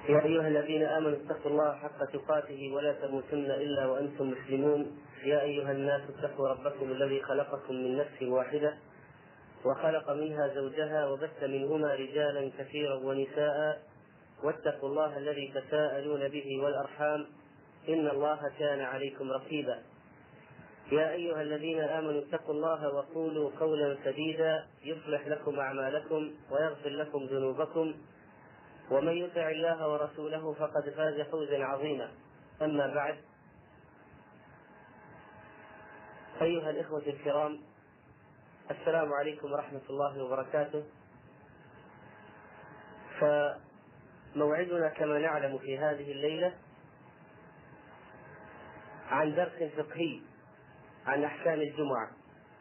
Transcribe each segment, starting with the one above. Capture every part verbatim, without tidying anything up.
يا أيها الذين آمنوا اتقوا الله حق تقاته ولا تموتن إلا وأنتم مسلمون. يا أيها الناس اتقوا ربكم الذي خلقكم من نفس واحدة وخلق منها زوجها وبث منهما رجالا كثيرا ونساء، واتقوا الله الذي تساءلون به والأرحام إن الله كان عليكم رقيبا. يا أيها الذين آمنوا اتقوا الله وقولوا قولا سديدا يصلح لكم أعمالكم ويغفر لكم ذنوبكم، ومن يطع الله ورسوله فقد فاز فوزا عظيما. أما بعد، أيها الإخوة الكرام، السلام عليكم ورحمة الله وبركاته. فموعدنا كما نعلم في هذه الليلة عن درس فقهي عن أحكام الجمعة.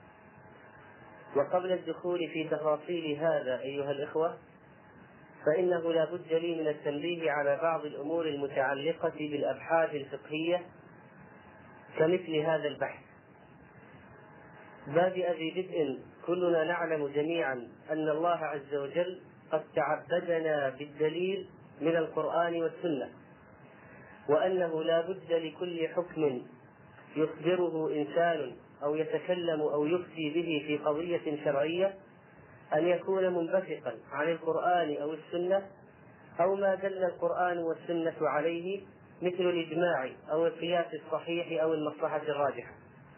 وقبل الدخول في تفاصيل هذا أيها الإخوة، فإنه لا بد لي من التنبيه على بعض الأمور المتعلقة بالأبحاث الفقهية كمثل هذا البحث. بادئ ببدء، كلنا نعلم جميعا أن الله عز وجل قد تعبدنا بالدليل من القرآن والسنة، وأنه لا بد لكل حكم يصدره إنسان أو يتكلم أو يفتي به في قضية شرعية أن يكون منبثقا عن القرآن أو السنة أو ما دل القرآن والسنة عليه، مثل الإجماع أو القياس الصحيح أو المصلحة الراجحة.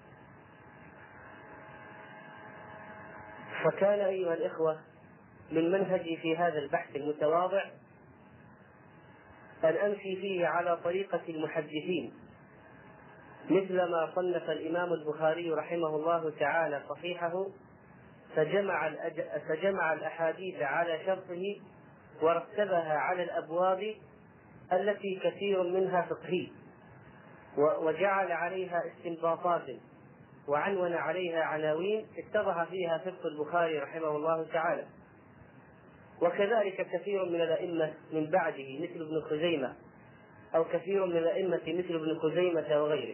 فكان أيها الإخوة من منهجي في هذا البحث المتواضع أن أمشي فيه على طريقة المحدثين، مثل ما صنف الإمام البخاري رحمه الله تعالى صحيحه فجمع, الأج... فجمع الأحاديث على شرطه ورتبها على الأبواب التي كثير منها فقهي، و... وجعل عليها استنباطات وعنون عليها عناوين اتضح فيها فقه البخاري رحمه الله تعالى. وكذلك كثير من الأئمة من بعده مثل ابن خزيمة، أو كثير من الأئمة مثل ابن خزيمة وغيره.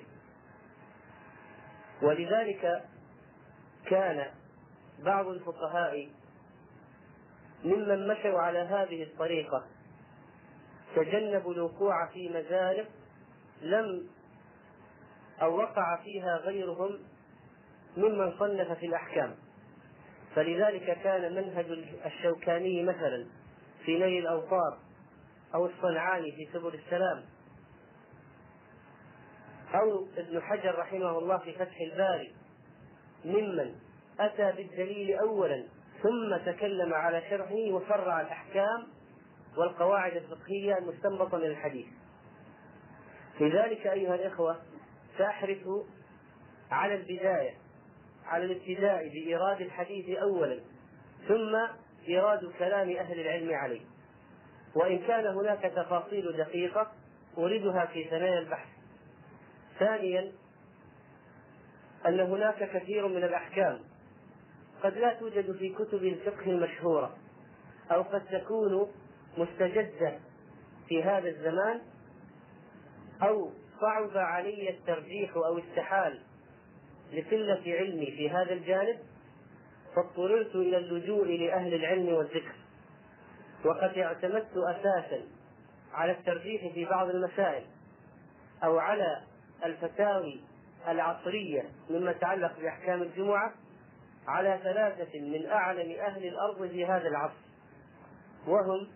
ولذلك كان بعض الفقهاء ممن مشوا على هذه الطريقة تجنبوا الوقوع في مزالق لم أو وقع فيها غيرهم ممن صنف في الأحكام. فلذلك كان منهج الشوكاني مثلا في نيل الأوطار، أو الصنعاني في سبل السلام، أو ابن حجر رحمه الله في فتح الباري، ممن أتى بالدليل أولا ثم تكلم على شرحه وفرع الأحكام والقواعد الفقهية المستنبطة من الحديث. لذلك أيها الإخوة سأحرص على البداية على الابتداء بإيراد الحديث أولا ثم إيراد كلام أهل العلم عليه، وإن كان هناك تفاصيل دقيقة أريدها في ثنايا البحث. ثانيا، أن هناك كثير من الأحكام قد لا توجد في كتب الفقه المشهورة، أو قد تكون مستجدة في هذا الزمان، أو صعب علي الترجيح أو استحال لقلة علمي في هذا الجانب، فاضطررت إلى اللجوء لأهل العلم والذكر. وقد اعتمدت أساسا على الترجيح في بعض المسائل أو على الفتاوي العصرية مما يتعلق بأحكام الجمعة على ثلاثة من أعلم أهل الأرض في هذا العصر، وهم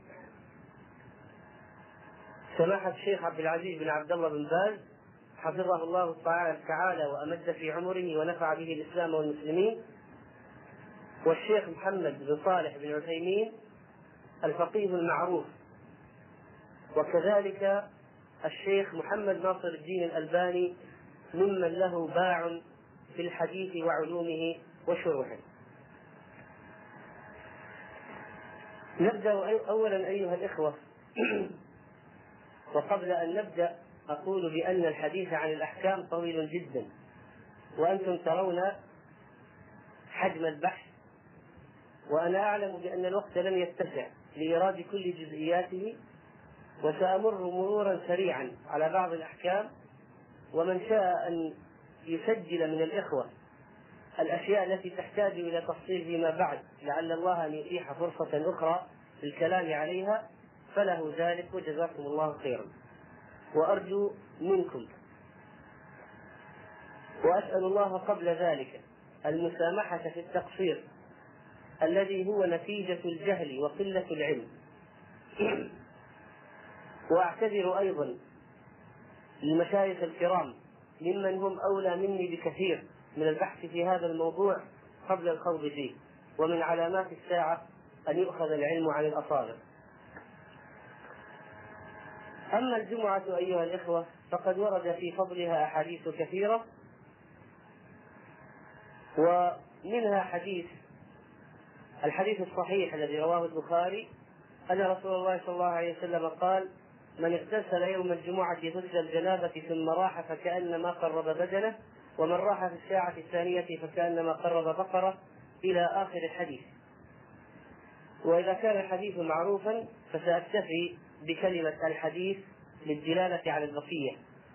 سماحة الشيخ عبد العزيز بن عبد الله بن باز حفظه الله تعالى وأمد في عمره ونفع به الإسلام والمسلمين، والشيخ محمد بن صالح بن عثيمين الفقيه المعروف، وكذلك الشيخ محمد ناصر الدين الألباني ممن له باع في الحديث وعلومه وشروحه. نبدأ أولا أيها الإخوة. وقبل أن نبدأ أقول بأن الحديث عن الأحكام طويل جدا، وأنتم ترون حجم البحث، وأنا أعلم بأن الوقت لن يتسع لإيراد كل جزئياته، وسأمر مرورا سريعا على بعض الأحكام. ومن شاء أن يسجل من الإخوة الأشياء التي تحتاج إلى تفصيل فيما بعد، لعل الله أن يتيح فرصة أخرى للكلام عليها، فله ذلك وجزاكم الله خيرا. وأرجو منكم وأسأل الله قبل ذلك المسامحة في التقصير الذي هو نتيجة الجهل وقلة العلم. وأعتذر أيضا للمشايخ الكرام ممن هم أولى مني بكثير من البحث في هذا الموضوع قبل الخوض فيه. ومن علامات الساعة أن يؤخذ العلم عن الأصابع. أما الجمعة أيها الإخوة فقد ورد في فضلها أحاديث كثيرة، ومنها حديث الحديث الصحيح الذي رواه البخاري أن رسول الله صلى الله عليه وسلم قال: من اغتسل يوم الجمعة غسل الجنابة ثم راح فكأنما قرب بدنه، ومن راح في الساعة الثانية فكأنما قرب بقرة، إلى آخر الحديث. وإذا كان الحديث معروفا فسأكتفي بكلمة الحديث للدلالة على البقية.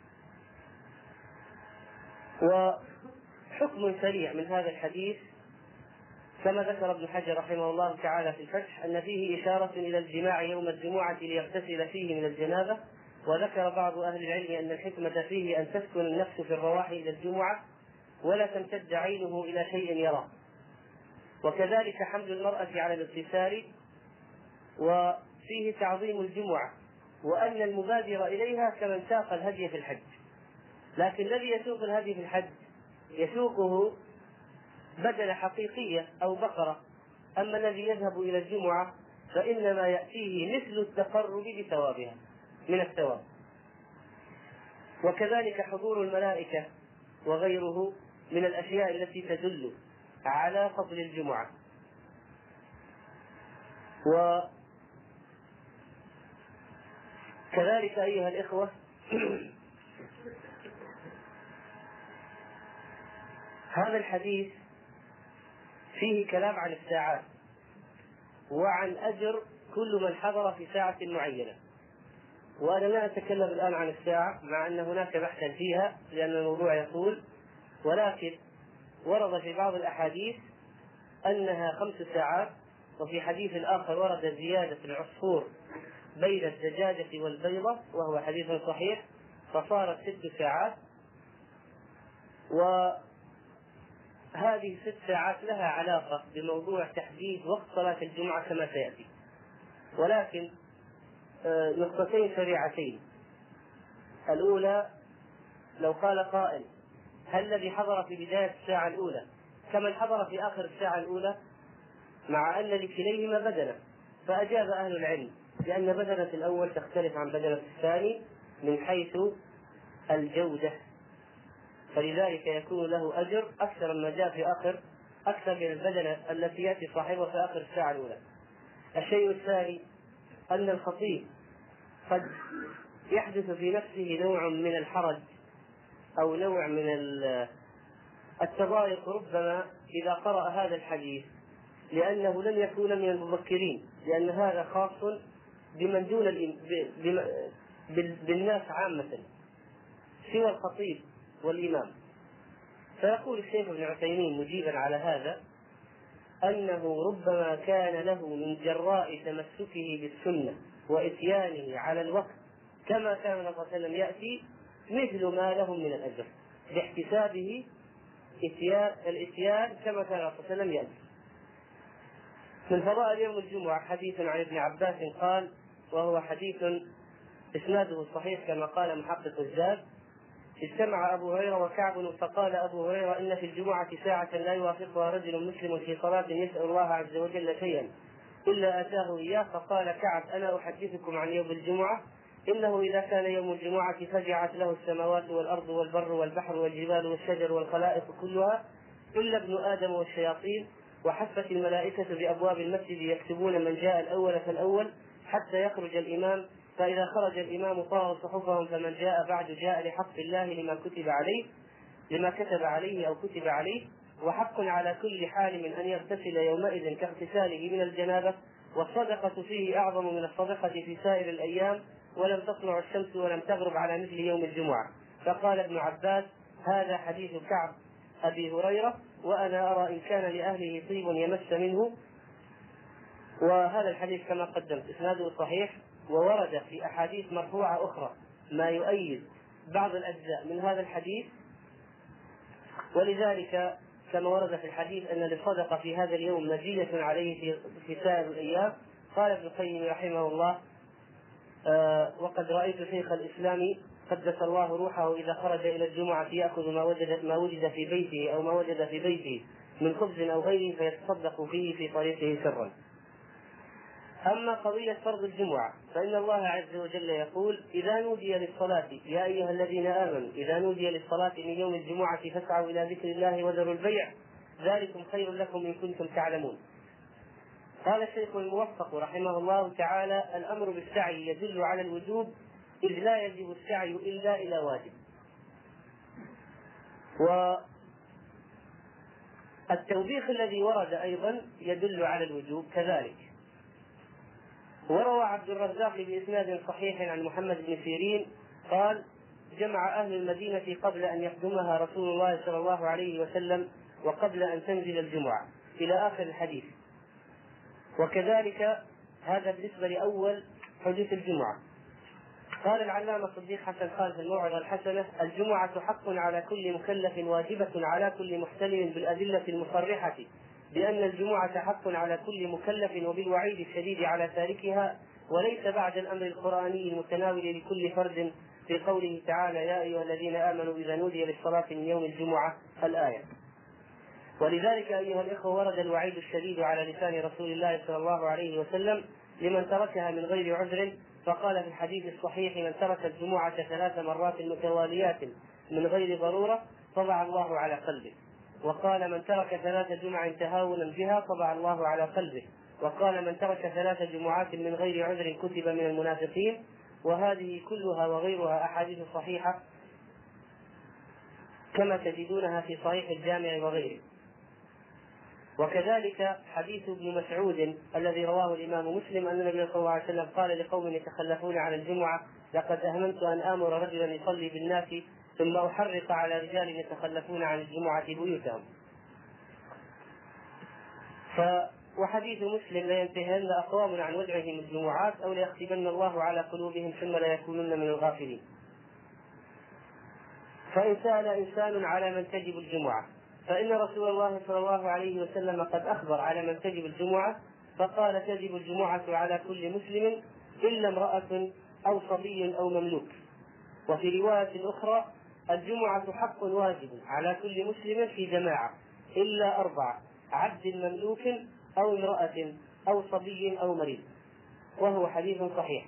وحكم سريع من هذا الحديث كما ذكر ابن حجر رحمه الله تعالى في الفتح أن فيه إشارة إلى الجماع يوم الجمعة ليغتسل فيه من الجنابة. وذكر بعض أهل العلم أن الحكمة فيه أن تسكن النفس في الرواح إلى الجمعة ولا تمتد عينه إلى شيء يراه. وكذلك حمل المرأة على الاغتسال، وفيه تعظيم الجمعة، وأن المبادر إليها كمن ساق الهدي في الحج. لكن الذي يسوق الهدي في الحج يسوقه بدل حقيقية أو بقرة، أما الذي يذهب إلى الجمعة فإنما يأتيه مثل التقرب بثوابها من الثواب. وكذلك حضور الملائكة وغيره من الأشياء التي تدل على فضل الجمعة. وكذلك أيها الإخوة هذا الحديث فيه كلام عن الساعات وعن أجر كل من حضر في ساعة معينة. وأنا لا أتكلم الآن عن الساعة مع أن هناك بحثا فيها لأن الموضوع يطول، ولكن ورد في بعض الأحاديث أنها خمس ساعات، وفي حديث آخر ورد زيادة العصفور بين الدجاجة والبيضة وهو حديث صحيح فصارت ست ساعات. وهذه ست ساعات لها علاقة بموضوع تحديد وقت صلاة الجمعة كما سيأتي، ولكن نقطتين سريعتين. الأولى: لو قال قائل هل الذي حضر في بداية الساعة الأولى كمن حضر في آخر الساعة الأولى، مع أن لكليهما بدنة؟ فأجاب أهل العلم لأن بدنة الأول تختلف عن بدنة الثاني من حيث الجودة، فلذلك يكون له أجر أكثر مما جاء في آخر أكثر من البدنة التي يأتي صاحبها في آخر الساعة الأولى. الشيء الثاني أن الخطيب قد يحدث في نفسه نوع من الحرج أو نوع من التضايق ربما إذا قرأ هذا الحديث، لأنه لم يكون من المبكرين، لأن هذا خاص بمن دون بالناس عامة سوى الخطيب والإمام. فيقول الشيخ ابن عثيمين مجيبا على هذا أنه ربما كان له من جراء تمسكه بالسنة وإتيانه على الوقت كما كان النبي صلى الله عليه وسلم يأتي مثل ما لهم من الأجر باحتسابه إتيان الإتيان كما كان النبي صلى الله عليه وسلم يأتي. من فضائل يوم الجمعة حديث عن ابن عباس قال، وهو حديث إسناده صحيح كما قال محقق الزاد: اجتمع أبو هريرة وكعب فقال أبو هريرة: إن في الجمعة ساعة لا يوافقها رجل مسلم في صلاة يسأل الله عز وجل شيئا إلا أتاه إياه. فقال كعب: أنا أحدثكم عن يوم الجمعة، إنه إذا كان يوم الجمعة فجعت له السماوات والأرض والبر والبحر والجبال والشجر والخلائق كلها إلا ابن آدم والشياطين، وحفت الملائكة بأبواب المسجد يكتبون من جاء الأول فالأول حتى يخرج الإمام، فإذا خرج الإمام طاروا صحفهم، فمن جاء بعد جاء لحق الله لما كتب عليه لما كتب عليه أو كتب عليه، وحق على كل حال من أن يغتسل يومئذ كاغتساله من الجنابة، والصدقة فيه أعظم من الصدقة في سائر الأيام، ولم تطلع الشمس ولم تغرب على مثل يوم الجمعة. فقال ابن عباس: هذا حديث كعب أبي هريرة، وأنا أرى إن كان لأهله طيب يمس منه. وهذا الحديث كما قدمت إسناده صحيح وورد في أحاديث مرفوعة أخرى ما يؤيد بعض الأجزاء من هذا الحديث، ولذلك كما ورد في الحديث أن للصدقة في هذا اليوم مزية عليه في سائر الأيام. قال ابن القيم رحمه الله: آه وقد رأيت شيخ الإسلام قدس الله روحه إذا خرج إلى الجمعة يأخذ ما وجد ما وجد في بيته أو ما وجد في بيته من خبز أو غيره فيتصدق فيه في طريقه سرا. أما قضية فرض الجمعة فإن الله عز وجل يقول: إذا نودي للصلاة يا أيها الذين آمنوا إذا نودي للصلاة من يوم الجمعة فاسعوا إلى ذكر الله وذروا البيع ذلكم خير لكم إن كنتم تعلمون. قال الشيخ الموفق رحمه الله تعالى: الأمر بالسعي يدل على الوجوب، إذ لا يجب السعي إلا إلى واجب. والتوبيخ الذي ورد أيضا يدل على الوجوب كذلك. وروى عبد الرزاق بإسناد صحيح عن محمد بن سيرين قال: جمع أهل المدينة قبل أن يخدمها رسول الله صلى الله عليه وسلم وقبل أن تنزل الجمعة، إلى آخر الحديث. وكذلك هذا بالنسبة لأول حديث الجمعة. قال العلامة صديق حسن خان في الموعظة الحسنة: الجمعة حق على كل مكلف واجبة على كل محتلم بالأدلة المصرحة بأن الجمعة حق على كل مكلف وبالوعيد الشديد على تاركها، وليس بعد الأمر القرآني المتناول لكل فرد في قوله تعالى: يا أيها الذين آمنوا إذا نودي للصلاة من يوم الجمعة الآية. ولذلك أيها الإخوة ورد الوعيد الشديد على لسان رسول الله صلى الله عليه وسلم لمن تركها من غير عذر، فقال في الحديث الصحيح: من ترك الجمعة ثلاث مرات متواليات من غير ضرورة طبع الله على قلبه. وقال: من ترك ثلاث جمع تهاونا بها طبع الله على قلبه. وقال: من ترك ثلاث جمعات من غير عذر كتب من المنافقين. وهذه كلها وغيرها أحاديث صحيحة كما تجدونها في صحيح الجامع وغيره. وكذلك حديث ابن مسعود الذي رواه الإمام مسلم أن النبي صلى الله عليه وسلم قال لقوم يتخلفون عن الجمعة: لقد أهممت أن آمر رجلا يصلي بالناس ثم أحرق على رجال يتخلفون عن الجمعة بيوتهم. ف وحديث مسلم: لا ينتهين أقوام عن ودعهم الجمعات أو ليختبن الله على قلوبهم ثم لا يكونن من الغافلين. فإن سأل إنسان على من تجب الجمعة فإن رسول الله صلى الله عليه وسلم قد أخبر على من تجب الجمعة، فقال: تجب الجمعة على كل مسلم إلا امرأة أو صبي أو مملوك. وفي رواية أخرى: الجمعة حق واجب على كل مسلم في جماعة إلا أربعة: عبد مملوك أو امرأة أو صبي أو مريض. وهو حديث صحيح.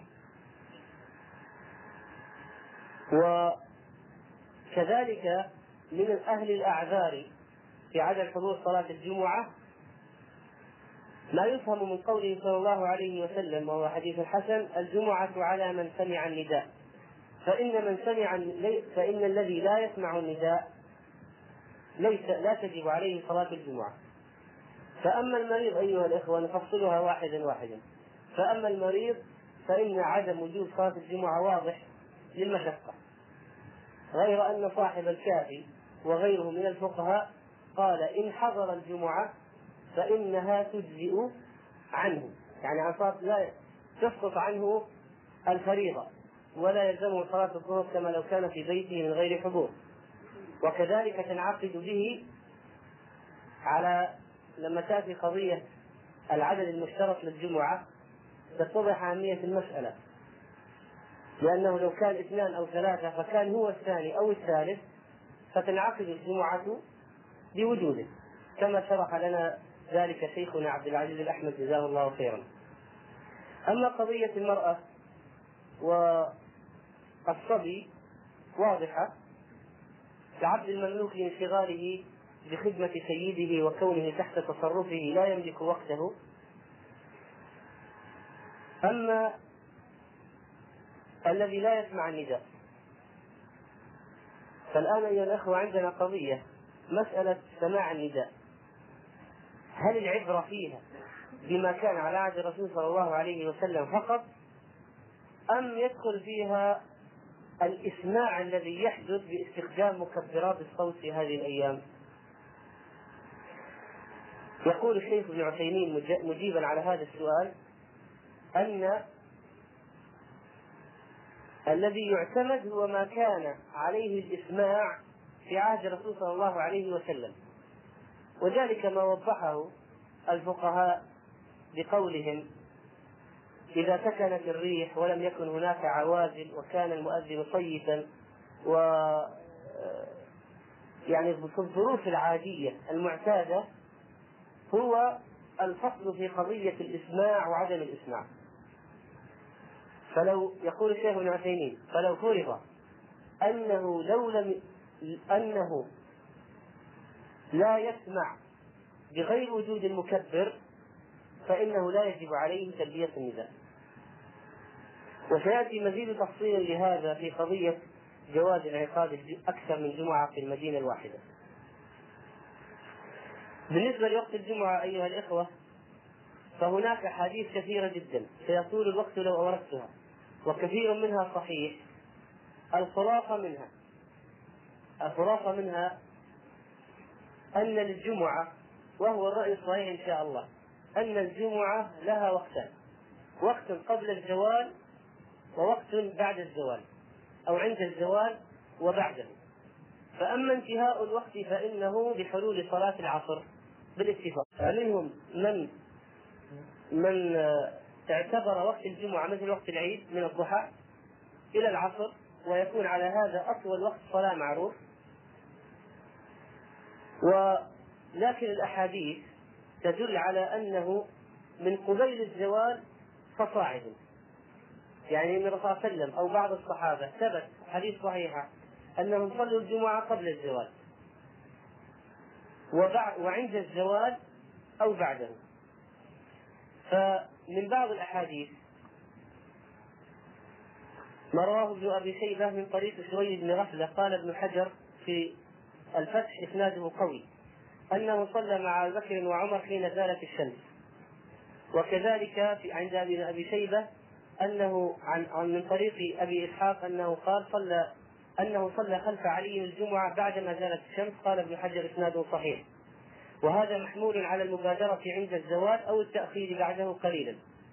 وكذلك من أهل الأعذار في عدم حضور صلاة الجمعة ما يفهم من قوله صلى الله عليه وسلم وهو حديث حسن: الجمعة على من سمع النداء، فإن من سمع فإن الذي لا يسمع النداء ليس لا تجب عليه صلاة الجمعة. فأما المريض أيها الإخوة نفصلها واحدا واحدا. فأما المريض فإن عدم وجود صلاة الجمعة واضح للمشقة، غير أن صاحب الكافي وغيره من الفقهاء قال: إن حضر الجمعة فإنها تجزئ عنه، يعني أصاب لا تسقط عنه الفريضة ولا يلزمه صلاة الظهر كما لو كان في بيته من غير حضور. وكذلك تنعقد به على لما تأتي قضية العدد المشترك للجمعة تتضح أهمية المسألة، لأنه لو كان اثنان أو ثلاثة فكان هو الثاني أو الثالث فتنعقد الجمعة بوجوده، كما شرح لنا ذلك شيخنا عبد العزيز الأحمد جزاه الله خيرا. أما قضية المرأة والصبي واضحة: كعبد المملوك لانشغاله بخدمة سيده وكونه تحت تصرفه لا يملك وقته. أما الذي لا يسمع النداء فالآن أيها الأخوة عندنا قضية مسألة سماع النداء، هل العبرة فيها بما كان على عهد الرسول صلى الله عليه وسلم فقط، أم يدخل فيها الإسماع الذي يحدث باستخدام مكبرات الصوت في هذه الأيام؟ يقول الشيخ ابن عثيمين مجيبا على هذا السؤال أن الذي يعتمد هو ما كان عليه الإسماع في عهد الرسول صلى الله عليه وسلم، وذلك ما وضحه الفقهاء بقولهم: إذا سكنت الريح ولم يكن هناك عوازل وكان المؤذن صيتا و يعني في الظروف العادية المعتادة، هو الفصل في قضية الإسماع وعدم الإسماع. فلو يقول الشيخ ابن عثيمين: فلو فرض أنه لو لم أنه لا يسمع بغير وجود المكبر فإنه لا يجب عليه تلبية النداء. وسيأتي مزيد تفصيل لهذا في قضية جواز انعقاد أكثر من جمعة في المدينة الواحدة. بالنسبة لوقت الجمعة أيها الإخوة، فهناك أحاديث كثيرة جدا سيطول الوقت لو أوردتها، وكثير منها صحيح. الخلاصة منها الخلاصة منها أن للجمعة، وهو الرأي الصحيح إن شاء الله، أن الجمعة لها وقتان: وقت قبل الزوال ووقت بعد الزوال، أو عند الزوال وبعده. فأما انتهاء الوقت فإنه بحلول صلاة العصر بالاتفاق. فمنهم من من اعتبر وقت الجمعة مثل وقت العيد من الضحى إلى العصر، ويكون على هذا أطول وقت صلاة معروف. ولكن الأحاديث تدل على أنه من قبيل الزوال فصاعد، يعني من الرسول صلى الله عليه وسلم أو بعض الصحابة ثبت حديث صحيحة أنهم صلوا الجمعة قبل الزوال وعند الزوال أو بعده. فمن بعض الأحاديث ما رواه ابن أبي شيبة من طريق سويد بن غفلة، قال ابن حجر في الفتح إسناده قوي، أنه صلى مع أبي بكر وعمر حين زالت الشمس. وكذلك في عند أبي شيبة أنه عن, عن من طريق أبي إسحاق أنه قال صلى أنه صلى خلف علي الجمعة بعدما زالت الشمس. قال ابن حجر إسناده صحيح، وهذا محمول على المبادرة عند الزوال أو التأخير بعده قليلا.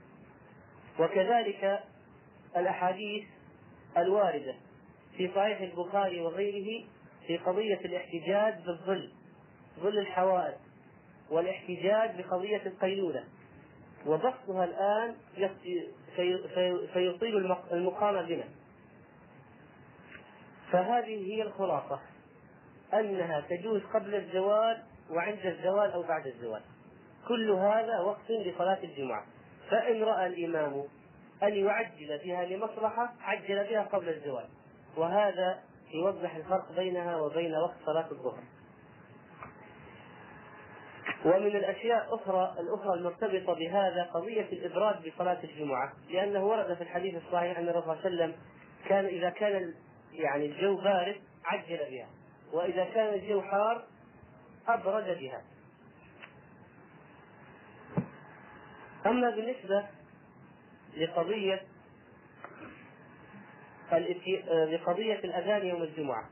وكذلك الأحاديث الواردة في صحيح البخاري وغيره في قضية الاحتجاج بالظل، ظل الحوائط، والاحتجاج بقضية القيلولة، وبسطها الآن سيطيل المقام بنا. فهذه هي الخلاصة، أنها تجوز قبل الزوال وعند الزوال أو بعد الزوال، كل هذا وقت لصلاة الجمعة. فإن رأى الإمام أن يعجل بها لمصلحة عجل بها قبل الزوال، وهذا يوضح الفرق بينها وبين وقت صلاة الظهر. ومن الأشياء أخرى الأخرى المرتبطة بهذا قضية الإبراد بصلاة الجمعة، لأنه ورد في الحديث الصحيح أن الرسول صلى الله عليه وسلم كان إذا كان يعني الجو بارد عجل بها، وإذا كان الجو حار أبرد بها. أما بالنسبة لقضية لقضية الأذان يوم الجمعة،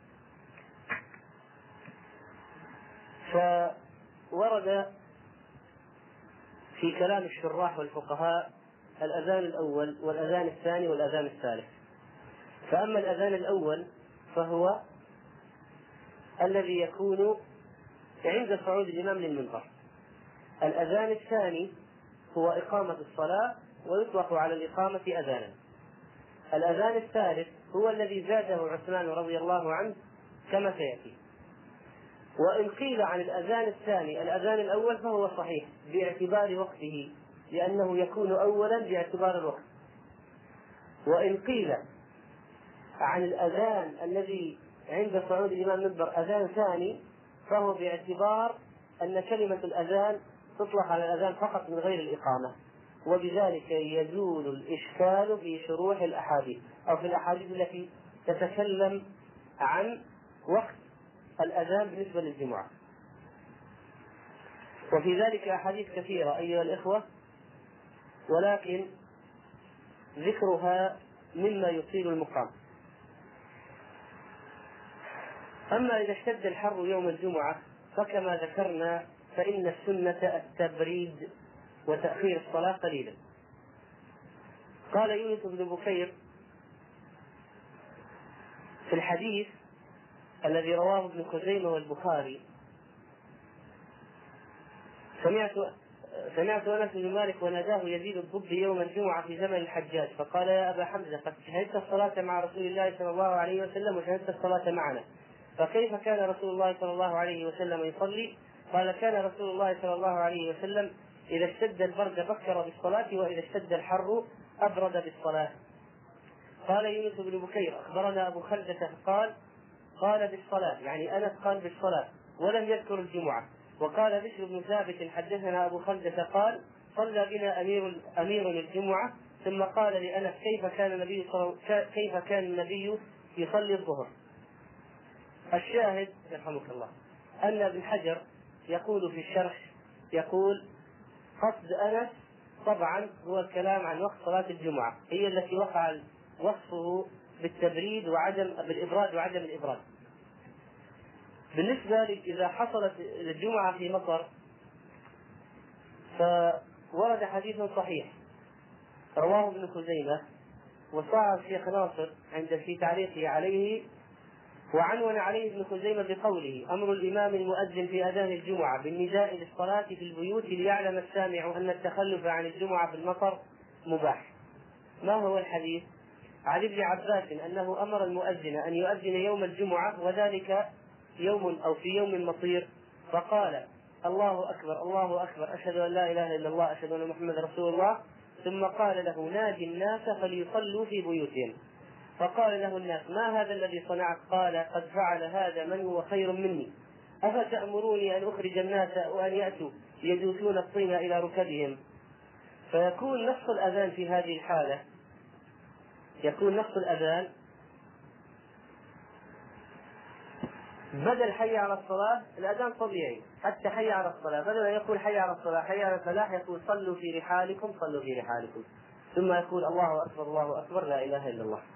فورد في كلام الشراح والفقهاء الأذان الأول والأذان الثاني والأذان الثالث. فأما الأذان الأول فهو الذي يكون عند صعود الإمام للمنبر. الأذان الثاني هو إقامة الصلاة ويطلق على الإقامة أذانا. الأذان الثالث هو الذي زاده عثمان رضي الله عنه كما سيأتي. وإن قيل عن الأذان الثاني الأذان الأول فهو صحيح باعتبار وقته، لأنه يكون أولا باعتبار الوقت. وإن قيل عن الأذان الذي عند صعود الإمام المنبر أذان ثاني فهو باعتبار أن كلمة الأذان تطلق على الأذان فقط من غير الإقامة، وبذلك يزول الإشكال في شروح الأحاديث أو في الأحاديث التي تتكلم عن وقت الأذان بالنسبة للجمعة. وفي ذلك أحاديث كثيرة أيها الإخوة، ولكن ذكرها مما يطيل المقام. أما إذا اشتد الحر يوم الجمعة فكما ذكرنا فإن السنة التبريد وتأخير الصلاة قليلا. قال يونس بن بكير في الحديث الذي رواه ابن خزيمة والبخاري سمعت سمعت أنس بن مالك وناداه يزيد الضبي يوم الجمعة في زمن الحجاج فقال: يا أبا حمزة، قد شهدت الصلاة مع رسول الله صلى الله عليه وسلم وشهدت الصلاة معنا، فكيف كان رسول الله صلى الله عليه وسلم يصلي؟ قال: كان رسول الله صلى الله عليه وسلم إذا اشتد البرد بكر بالصلاة، وإذا اشتد الحر أبرد بالصلاة. قال يونس بن بكير: أخبرنا أبو خلدة قال قال بالصلاة، يعني أنس قال بالصلاة ولم يذكر الجمعة. وقال بشر بن ثابت: حدثنا أبو خلدة قال صلى بنا أمير أمير الجمعة، ثم قال لأنس: كيف كان النبي كيف كان النبي يصلي الظهر. الشاهد يرحمك الله أن ابن حجر يقول في الشرح، يقول: قصد أنس طبعا هو الكلام عن وقت صلاة الجمعة، هي التي وقع وصفه بالتبريد وعدم بالإبراد وعدم الإبراد. بالنسبة إذا حصلت الجمعة في مطر، فورد حديث صحيح رواه ابن خزيمة وصاع الشيخ ناصر عند في تعليقه عليه، وعنون عليه ابن خزيمة بقوله: أمر الإمام المؤذن في أذان الجمعة بالنداء للصلاة في البيوت ليعلم السامع أن التخلف عن الجمعة بالمطر مباح. ما هو الحديث؟ عن ابن عباس أنه أمر المؤذن أن يؤذن يوم الجمعة وذلك يوم أو في يوم مطير، فقال: الله أكبر الله أكبر، أشهد أن لا إله إلا الله، أشهد أن محمد رسول الله. ثم قال له: نادي الناس فليصلوا في بيوتهم. فقال له الناس: ما هذا الذي صنعت؟ قال: قد فعل هذا من هو خير مني، أفتأمروني أن أخرج الناس وأن يأتوا يدوسون الطين إلى ركبهم؟ فيكون نص الأذان في هذه الحالة يكون نص الأذان بدل حي على الصلاة، الأذان طبيعي حتى حي على الصلاة، بدل أن يقول حي على الصلاة حي على الفلاح يقول صلوا في رحالكم صلوا في رحالكم، ثم يقول الله أكبر الله أكبر لا إله إلا الله.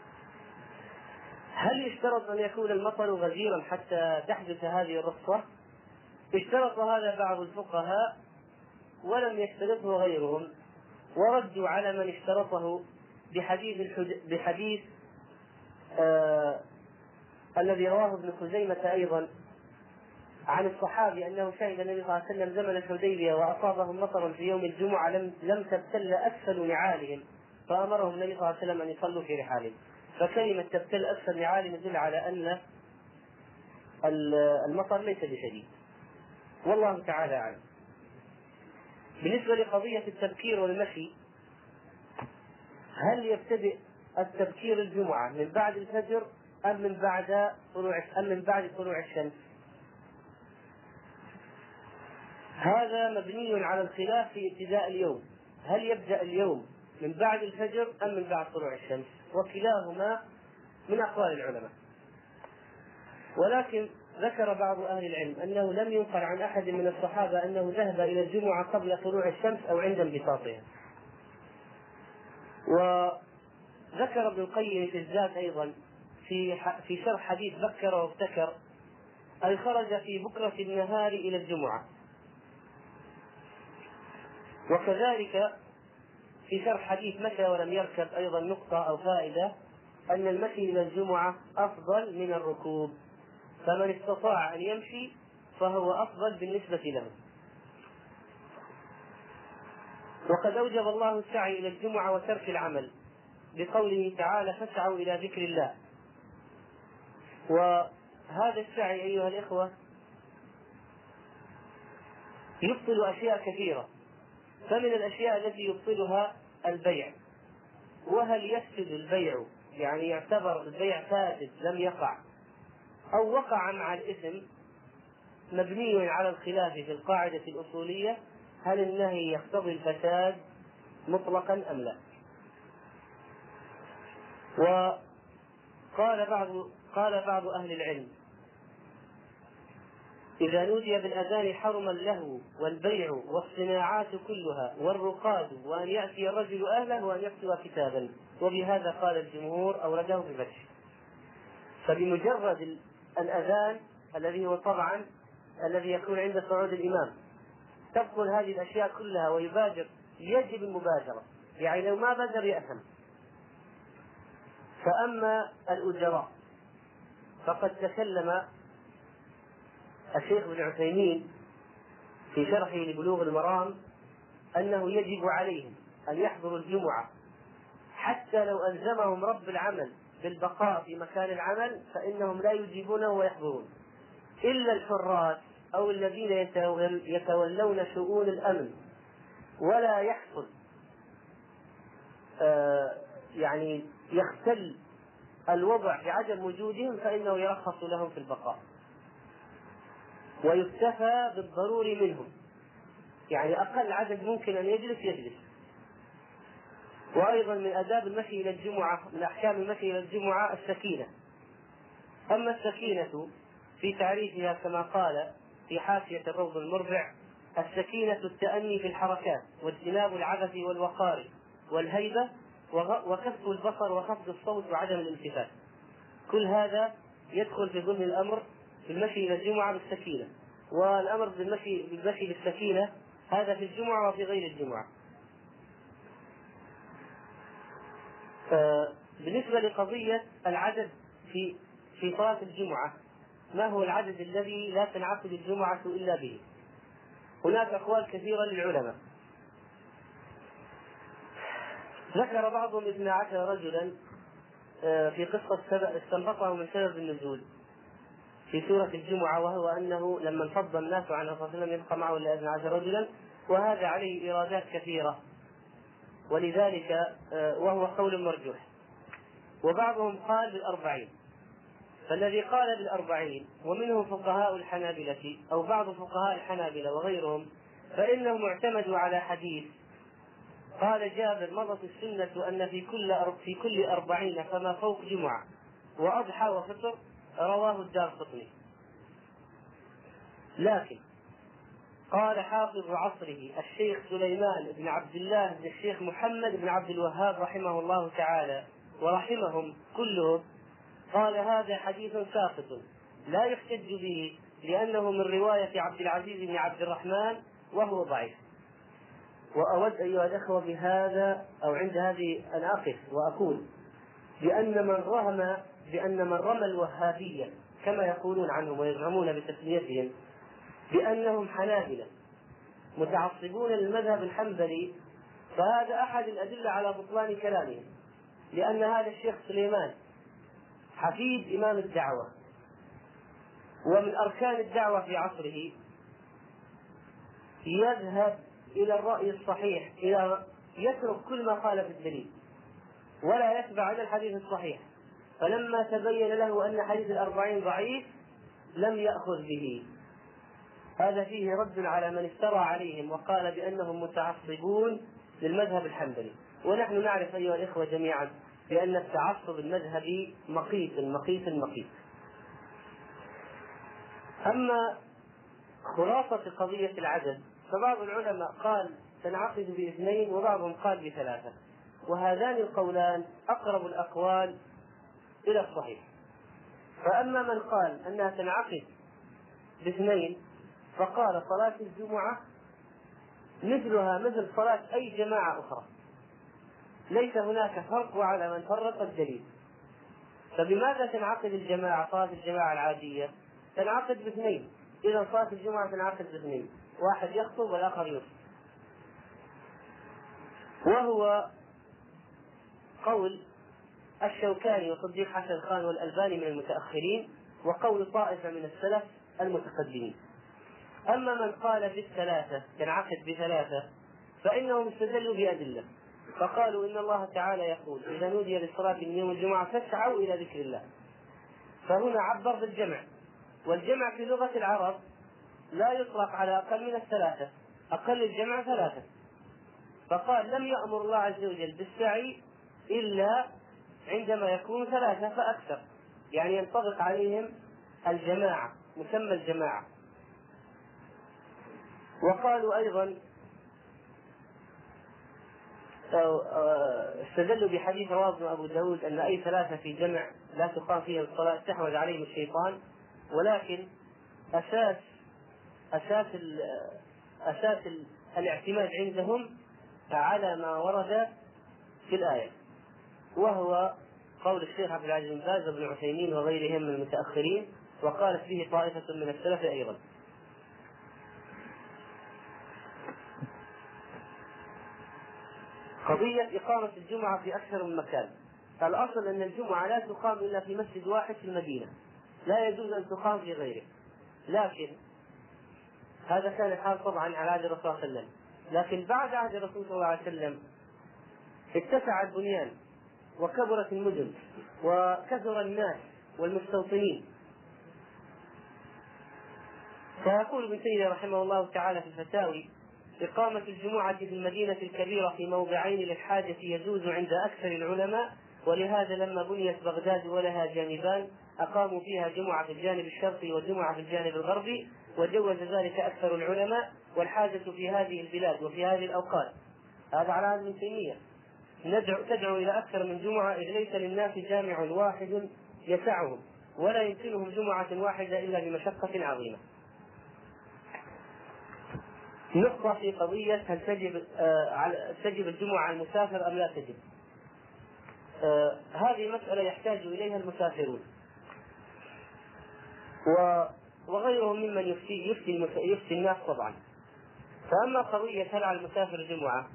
هل يشترط أن يكون المطر غزيرا حتى تحدث هذه الرخصة؟ اشترط هذا بعض الفقهاء ولم يشترطه غيرهم، وردوا على من اشترطه بحديث الحد... بحديث آه... الذي رواه ابن خزيمة أيضا عن الصحابي أنه شهد النبي صلى الله عليه وسلم زمن الحديبية وأصابهم مطر في يوم الجمعة لم لم تبتل أسفل نعالهم، فأمرهم النبي صلى الله عليه وسلم أن يصلوا في رحالهم. فكلمة تبتل أسفل نعالهم يدل على أن المطر ليس بشديد، والله تعالى أعلم. بالنسبة لقضية التبكير والمشي، هل يبتدئ التبكير الجمعة من بعد الفجر أم من بعد طلوع أم من بعد طلوع الشمس؟ هذا مبني على الخلاف في ابتداء اليوم، هل يبدأ اليوم من بعد الفجر أم من بعد طلوع الشمس؟ وكلاهما من أقوال العلماء، ولكن ذكر بعض أهل العلم أنه لم ينقل عن أحد من الصحابة أنه ذهب إلى الجمعة قبل طلوع الشمس أو عند انبساطها. وذكر ابن القيم في الزاد أيضا في في شرح حديث بكر وابتكر أي خرج في بكرة النهار إلى الجمعة. وكذلك في شرح حديث مشى ولم يركب أيضا نقطة أو فائدة أن المشي إلى الجمعة أفضل من الركوب، فمن استطاع أن يمشي فهو أفضل بالنسبة له. وقد أوجب الله السعي إلى الجمعة وترك العمل بقوله تعالى: فاسعوا إلى ذكر الله. وهذا السعي أيها الإخوة يبطل أشياء كثيرة، فمن الأشياء التي يبطلها البيع. وهل يفسد البيع، يعني يعتبر البيع فاسد لم يقع أو وقع مع الإثم؟ مبني على الخلاف في القاعدة الأصولية، هل النهي يقتضي الفساد مطلقا أم لا؟ وقال بعض قال بعض أهل العلم: إذا نودي بالأذان حرم اللهو والبيع والصناعات كلها والرقاد، وأن يأتي الرجل أهلا وأن يكتب كتابا. وبهذا قال الجمهور أورده بفتح. فبمجرد الأذان الذي هو طبعا الذي يكون عند صعود الإمام تبطل هذه الأشياء كلها ويبادر، يجب المبادرة، يعني لو ما بادر يأثم. فأما الأجراء فقد تكلم الشيخ ابن عثيمين في شرحه لبلوغ المرام أنه يجب عليهم أن يحضروا الجمعة، حتى لو ألزمهم رب العمل بالبقاء في مكان العمل فإنهم لا يجيبونه ويحضرون، إلا الحراس أو الذين يتولون شؤون الأمن ولا يحصل آه يعني يختل الوضع بعدم وجودهم فإنه يرخص لهم في البقاء، ويكتفى بالضروري منهم، يعني أقل عدد ممكن أن يجلس يجلس. وأيضا من آداب المشي إلى الجمعة، من أحكام المشي إلى الجمعة السكينة. أما السكينة في تعريفها كما قال في حاشية الروض المربع: السكينة التأني في الحركات واجتناب العبث والوقار والهيبة وكف البصر وخفض الصوت وعدم الالتفات. كل هذا يدخل في ضمن الأمر بالمشي إلى الجمعة بالسكينة. والأمر بالمشي بالمشي بالسكينة هذا في الجمعة وفي غير الجمعة. بالنسبة لقضية العدد في في صلاة الجمعة، ما هو العدد الذي لا تنعقد الجمعة إلا به؟ هناك أقوال كثيرة للعلماء. ذكر بعضهم اثنا عشر رجلا في قصة استنبطه من سبب النزول في سورة الجمعة، وهو أنه لما انفض الناس عن الرسول صلى الله عليه وسلم يبقى معه إلا اثنا عشر رجلا، وهذا عليه إيرادات كثيرة، ولذلك وهو قول مرجوح. وبعضهم قال بالأربعين، فالذي قال بالأربعين ومنهم فقهاء الحنابلة أو بعض فقهاء الحنابلة وغيرهم، فإنهم اعتمدوا على حديث قال جابر: مضت السنة أن في كل في كل أربعين فما فوق جمعة وأضحى وفطر، رواه الدارقطني. لكن قال حافظ عصره الشيخ سليمان بن عبد الله بن الشيخ محمد بن عبد الوهاب رحمه الله تعالى ورحمهم كلهم، قال: هذا حديث ساقط لا يحتج به لأنه من رواية عبد العزيز بن عبد الرحمن وهو ضعيف. وأود أيها الأخوة بهذا أو عند هذه أن أقف وأقول بأن من رهم بأن من رمى الوهابية كما يقولون عنهم ويزعمون بتسميتهم بأنهم حنابلة متعصبون للمذهب الحنبلي، فهذا أحد الأدلة على بطلان كلامهم، لأن هذا الشيخ سليمان حفيد إمام الدعوة ومن أركان الدعوة في عصره، يذهب إلى الرأي الصحيح، إلى يترك كل ما قال في الدليل ولا يتبع إلى الحديث الصحيح. فلما تبين له أن حديث الأربعين ضعيف لم يأخذ به. هذا فيه رد على من افترى عليهم وقال بأنهم متعصبون للمذهب الحنبلي. ونحن نعرف أيها الإخوة جميعا بأن التعصب المذهبي مقيت مقيت مقيت. أما خلاصة قضية العدد، فبعض العلماء قال تنعقد باثنين وبعضهم قال بثلاثة، وهذان القولان أقرب الأقوال إلى الصحيح. فأما من قال أنها تنعقد باثنين فقال صلاة الجمعة مثلها مثل صلاة أي جماعة أخرى، ليس هناك فرق، وعلى من فرق الدليل. فبماذا تنعقد الجماعة صلاة الجماعة العادية؟ تنعقد باثنين، إذا صلاة الجمعة تنعقد باثنين، واحد يخطب والآخر يخطب. وهو قول الشوكاني وصديق حسن خان والألباني من المتأخرين، وقول طائفة من السلف المتقدمين. أما من قال بالثلاثة تنعقد بثلاثة فإنهم استدلوا بأدلة، فقالوا إن الله تعالى يقول: إذا نودي للصلاة من يوم الجمعة فاسعوا إلى ذكر الله. فهنا عبر بالجمع، والجمع في لغة العرب لا يطلق على أقل من الثلاثة، أقل الجمع ثلاثة. فقال: لم يأمر الله عز وجل بالسعي إلا عندما يكون ثلاثة فأكثر، يعني ينطبق عليهم الجماعة، مسمى الجماعة. وقالوا أيضا استدلوا بحديث رواه أبو داود أن أي ثلاثة في جمع لا تقام فيها الصلاة استحوذ عليهم الشيطان. ولكن أساس أساس أساس الاعتماد عندهم على ما ورد في الآية، وهو قول الشيخ عبد العزيز بن باز وابن عثيمين وغيرهم من المتأخرين، وقالت به طائفة من السلف أيضا. قضية إقامة الجمعة في أكثر من مكان. الأصل أن الجمعة لا تقام إلا في مسجد واحد في المدينة، لا يجوز أن تقام في غيره، لكن هذا كان الحال طبعا على عهد الرسول صلى الله عليه وسلم. لكن بعد عهد الرسول صلى الله عليه وسلم اتسع البنيان وكبرت المدن وكثر الناس والمستوطنين. فيقول ابن تيمية رحمه الله تعالى في الفتاوي: إقامة الجمعة في المدينة الكبيرة في موضعين للحاجة يجوز عند أكثر العلماء، ولهذا لما بنيت بغداد ولها جانبان أقاموا فيها جمعة في الجانب الشرقي وجمعة في الجانب الغربي، وجوز ذلك أكثر العلماء، والحاجة في هذه البلاد وفي هذه الأوقات. هذا على عهد ابن تيمية. تدعو إلى أكثر من جمعة، إذ ليس للناس جامع واحد يسعهم، ولا يمكنهم جمعة واحدة إلا بمشقة عظيمة. نقطة في قضية هل تجب آه تجب الجمعة على المسافر أم لا تجب. آه هذه مسألة يحتاج إليها المسافرون وغيرهم ممن يفتي, يفتي, يفتي الناس طبعا. فأما قضية هل على المسافر جمعة،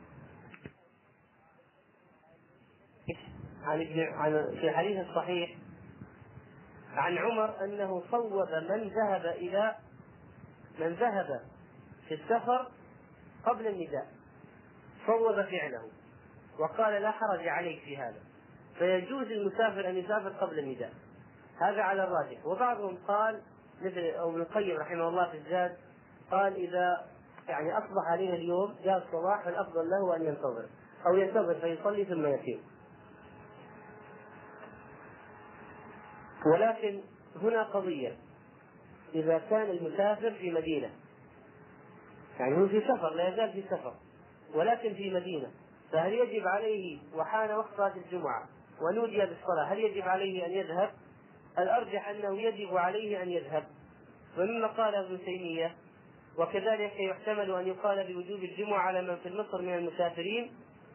عن عن في الحديث الصحيح عن عمر أنه صوب من ذهب إلى من ذهب في السفر قبل النداء، صوب فعله وقال لا حرج عليك في هذا، فيجوز المسافر أن يسافر قبل النداء، هذا على الراجح. وبعضهم قال مثل ابن القيم رحمه الله في الزاد، قال إذا يعني أصبح علينا اليوم جاء الصباح فالأفضل له أن ينتظر أو ينتظر فيصلي ثم يسير. ولكن هنا قضية: إذا كان المسافر في مدينة، يعني هو في سفر لا يزال في سفر ولكن في مدينة، فهل يجب عليه وحان وقت صلاة الجمعة ونودي بالصلاة هل يجب عليه أن يذهب؟ الأرجح أنه يجب عليه أن يذهب، ومما قال ابن تيمية: وكذلك يحتمل أن يقال بوجوب الجمعة على من في مصر من المسافرين،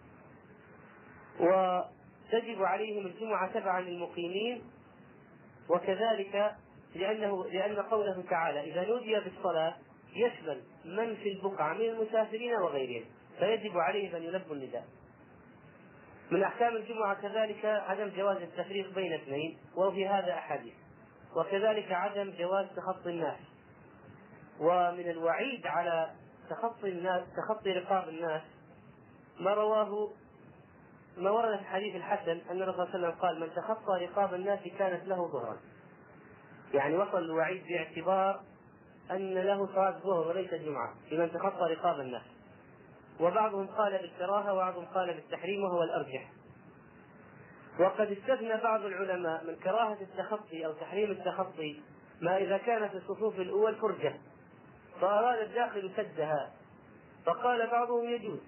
وتجب عليهم الجمعة تبعا للمقيمين، وكذلك لأنه لأن قوله تعالى إذا نودي بالصلاة يشمل من في البقعة من المسافرين وغيرهم، فيجب عليهم أن يلبوا النداء. من أحكام الجمعة كذلك عدم جواز التفريق بين اثنين، وفي هذا أحاديث، وكذلك عدم جواز تخطي الناس. ومن الوعيد على تخطي الناس تخطي رقاب الناس ما رواه ما ورد في الحديث الحسن أن الرسول صلى الله عليه وسلم قال: من تخطى رقاب الناس كانت له ظهرا، يعني وصل الوعيد باعتبار أن له صلاة ظهر وليس جمعة لمن تخطى رقاب الناس. وبعضهم قال بالكراهة وبعضهم قال بالتحريم وهو الأرجح. وقد استثنى بعض العلماء من كراهة التخطي أو تحريم التخطي ما إذا كان في الصفوف الأول فرجة فأراد الداخل سدها، فقال بعضهم يجوز.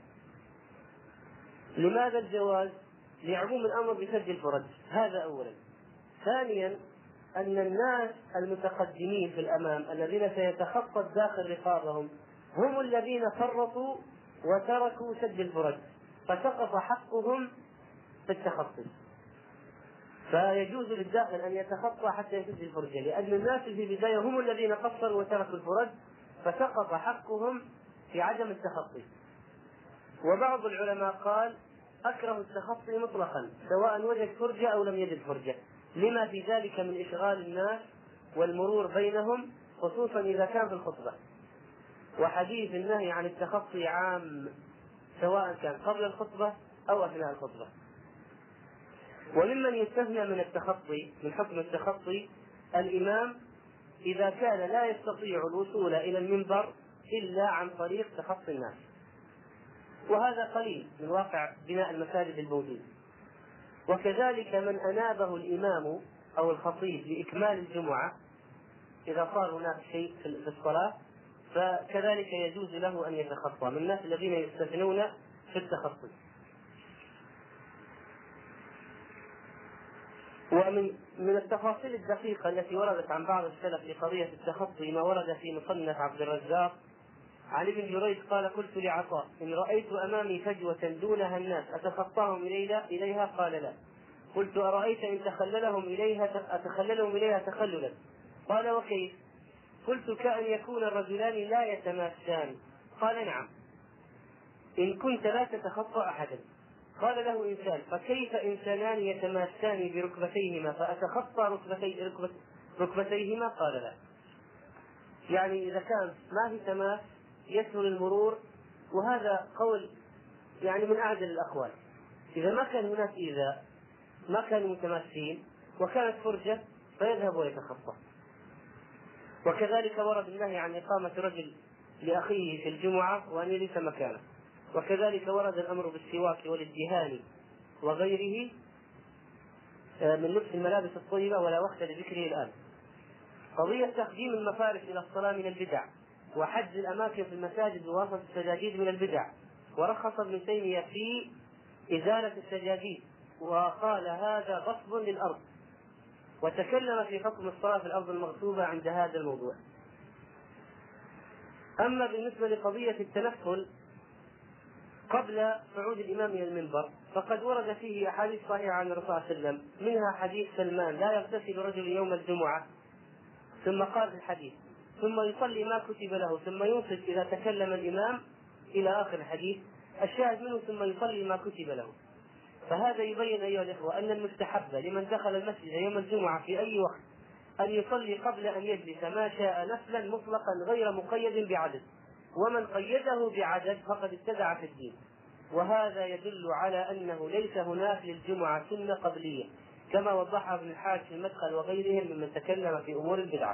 لماذا الجواز؟ لعموم الأمر بسد الفرج، هذا أولا. ثانيا أن الناس المتقدمين في الأمام الذين سيتخطى الداخل رقابهم هم الذين فرطوا وتركوا سد الفرج، فسقط حقهم في التخطي، فيجوز للداخل أن يتخطى حتى يسد الفرج، لأن الناس في البداية هم الذين قصروا وتركوا الفرج فسقط حقهم في عدم التخطي. وبعض العلماء قال أكره التخطي مطلقا سواء وجد فرجة أو لم يجد فرجة، لما في ذلك من إشغال الناس والمرور بينهم، خصوصا إذا كان في الخطبة. وحديث النهي عن التخطي عام سواء كان قبل الخطبة أو أثناء الخطبة. وممن يستثنى من التخطي من حكم التخطي الإمام إذا كان لا يستطيع الوصول إلى المنبر إلا عن طريق تخطي الناس، وهذا قليل من واقع بناء المساجد الموجود. وكذلك من أنابه الإمام أو الخطيب لإكمال الجمعة إذا صار هناك شيء في الصلاة فكذلك يجوز له أن يتخطى، من الناس الذين يستثنون في التخطي. ومن من التفاصيل الدقيقة التي وردت عن بعض السلف في قضية التخطي ما ورد في مصنف عبد الرزاق عن ابن جريج قال: قلت لعطاء: إن رأيت أمامي فجوة دونها الناس أتخطاهم إليها؟ قال: لا. قلت أرأيت إن تخللهم إليها أتخللهم إليها تخللا؟ قال وكيف؟ قلت كأن يكون الرجلان لا يتماسان. قال نعم، إن كنت لا تتخطى أحدا. قال له إنسان: فكيف إنسانان يتماسان بركبتيهما فأتخطى ركبتي ركبت ركبتيهما؟ قال لا. يعني إذا كان ما في تماس يسهل المرور، وهذا قول يعني من أعدل الأقوال. إذا ما كان هناك إيذاء، ما كانوا متماسين وكانت فرجة، فيذهب ويتخطى. وكذلك ورد النهي عن إقامة رجل لأخيه في الجمعة وأن يجلس مكانه. وكذلك ورد الأمر بالسواك والادهان وغيره من لبس الملابس الطيبة، ولا وقت لذكره الآن. قضية تقديم المفارش إلى الصلاة من البدع، وحجز الأماكن في المساجد بواسطة السجاجيد من البدع. ورخص ابن تيمية في إزالة السجاجيد وقال هذا غصب للأرض، وتكلم في حكم الصلاة في الأرض المغصوبة عند هذا الموضوع. أما بالنسبة لقضية التنفل قبل صعود الإمام إلى المنبر، فقد ورد فيه أحاديث صحيحة عن الرسول صلى الله عليه وسلم، منها حديث سلمان: لا يغتسل رجل يوم الجمعة، ثم قال في الحديث: ثم يصلي ما كتب له، ثم ينصت إذا تكلم الإمام، إلى آخر الحديث. الشاهد منه ثم يصلي ما كتب له. فهذا يبين أيها الإخوة أن المستحب لمن دخل المسجد يوم الجمعة في أي وقت أن يصلي قبل أن يجلس ما شاء نفلا مطلقا غير مقيد بعدد، ومن قيده بعدد فقد ابتدع في الدين. وهذا يدل على أنه ليس هناك للجمعة سنة قبلية، كما وضحها ابن الحاج في المدخل وغيرهم ممن تكلم في أمور البدعة.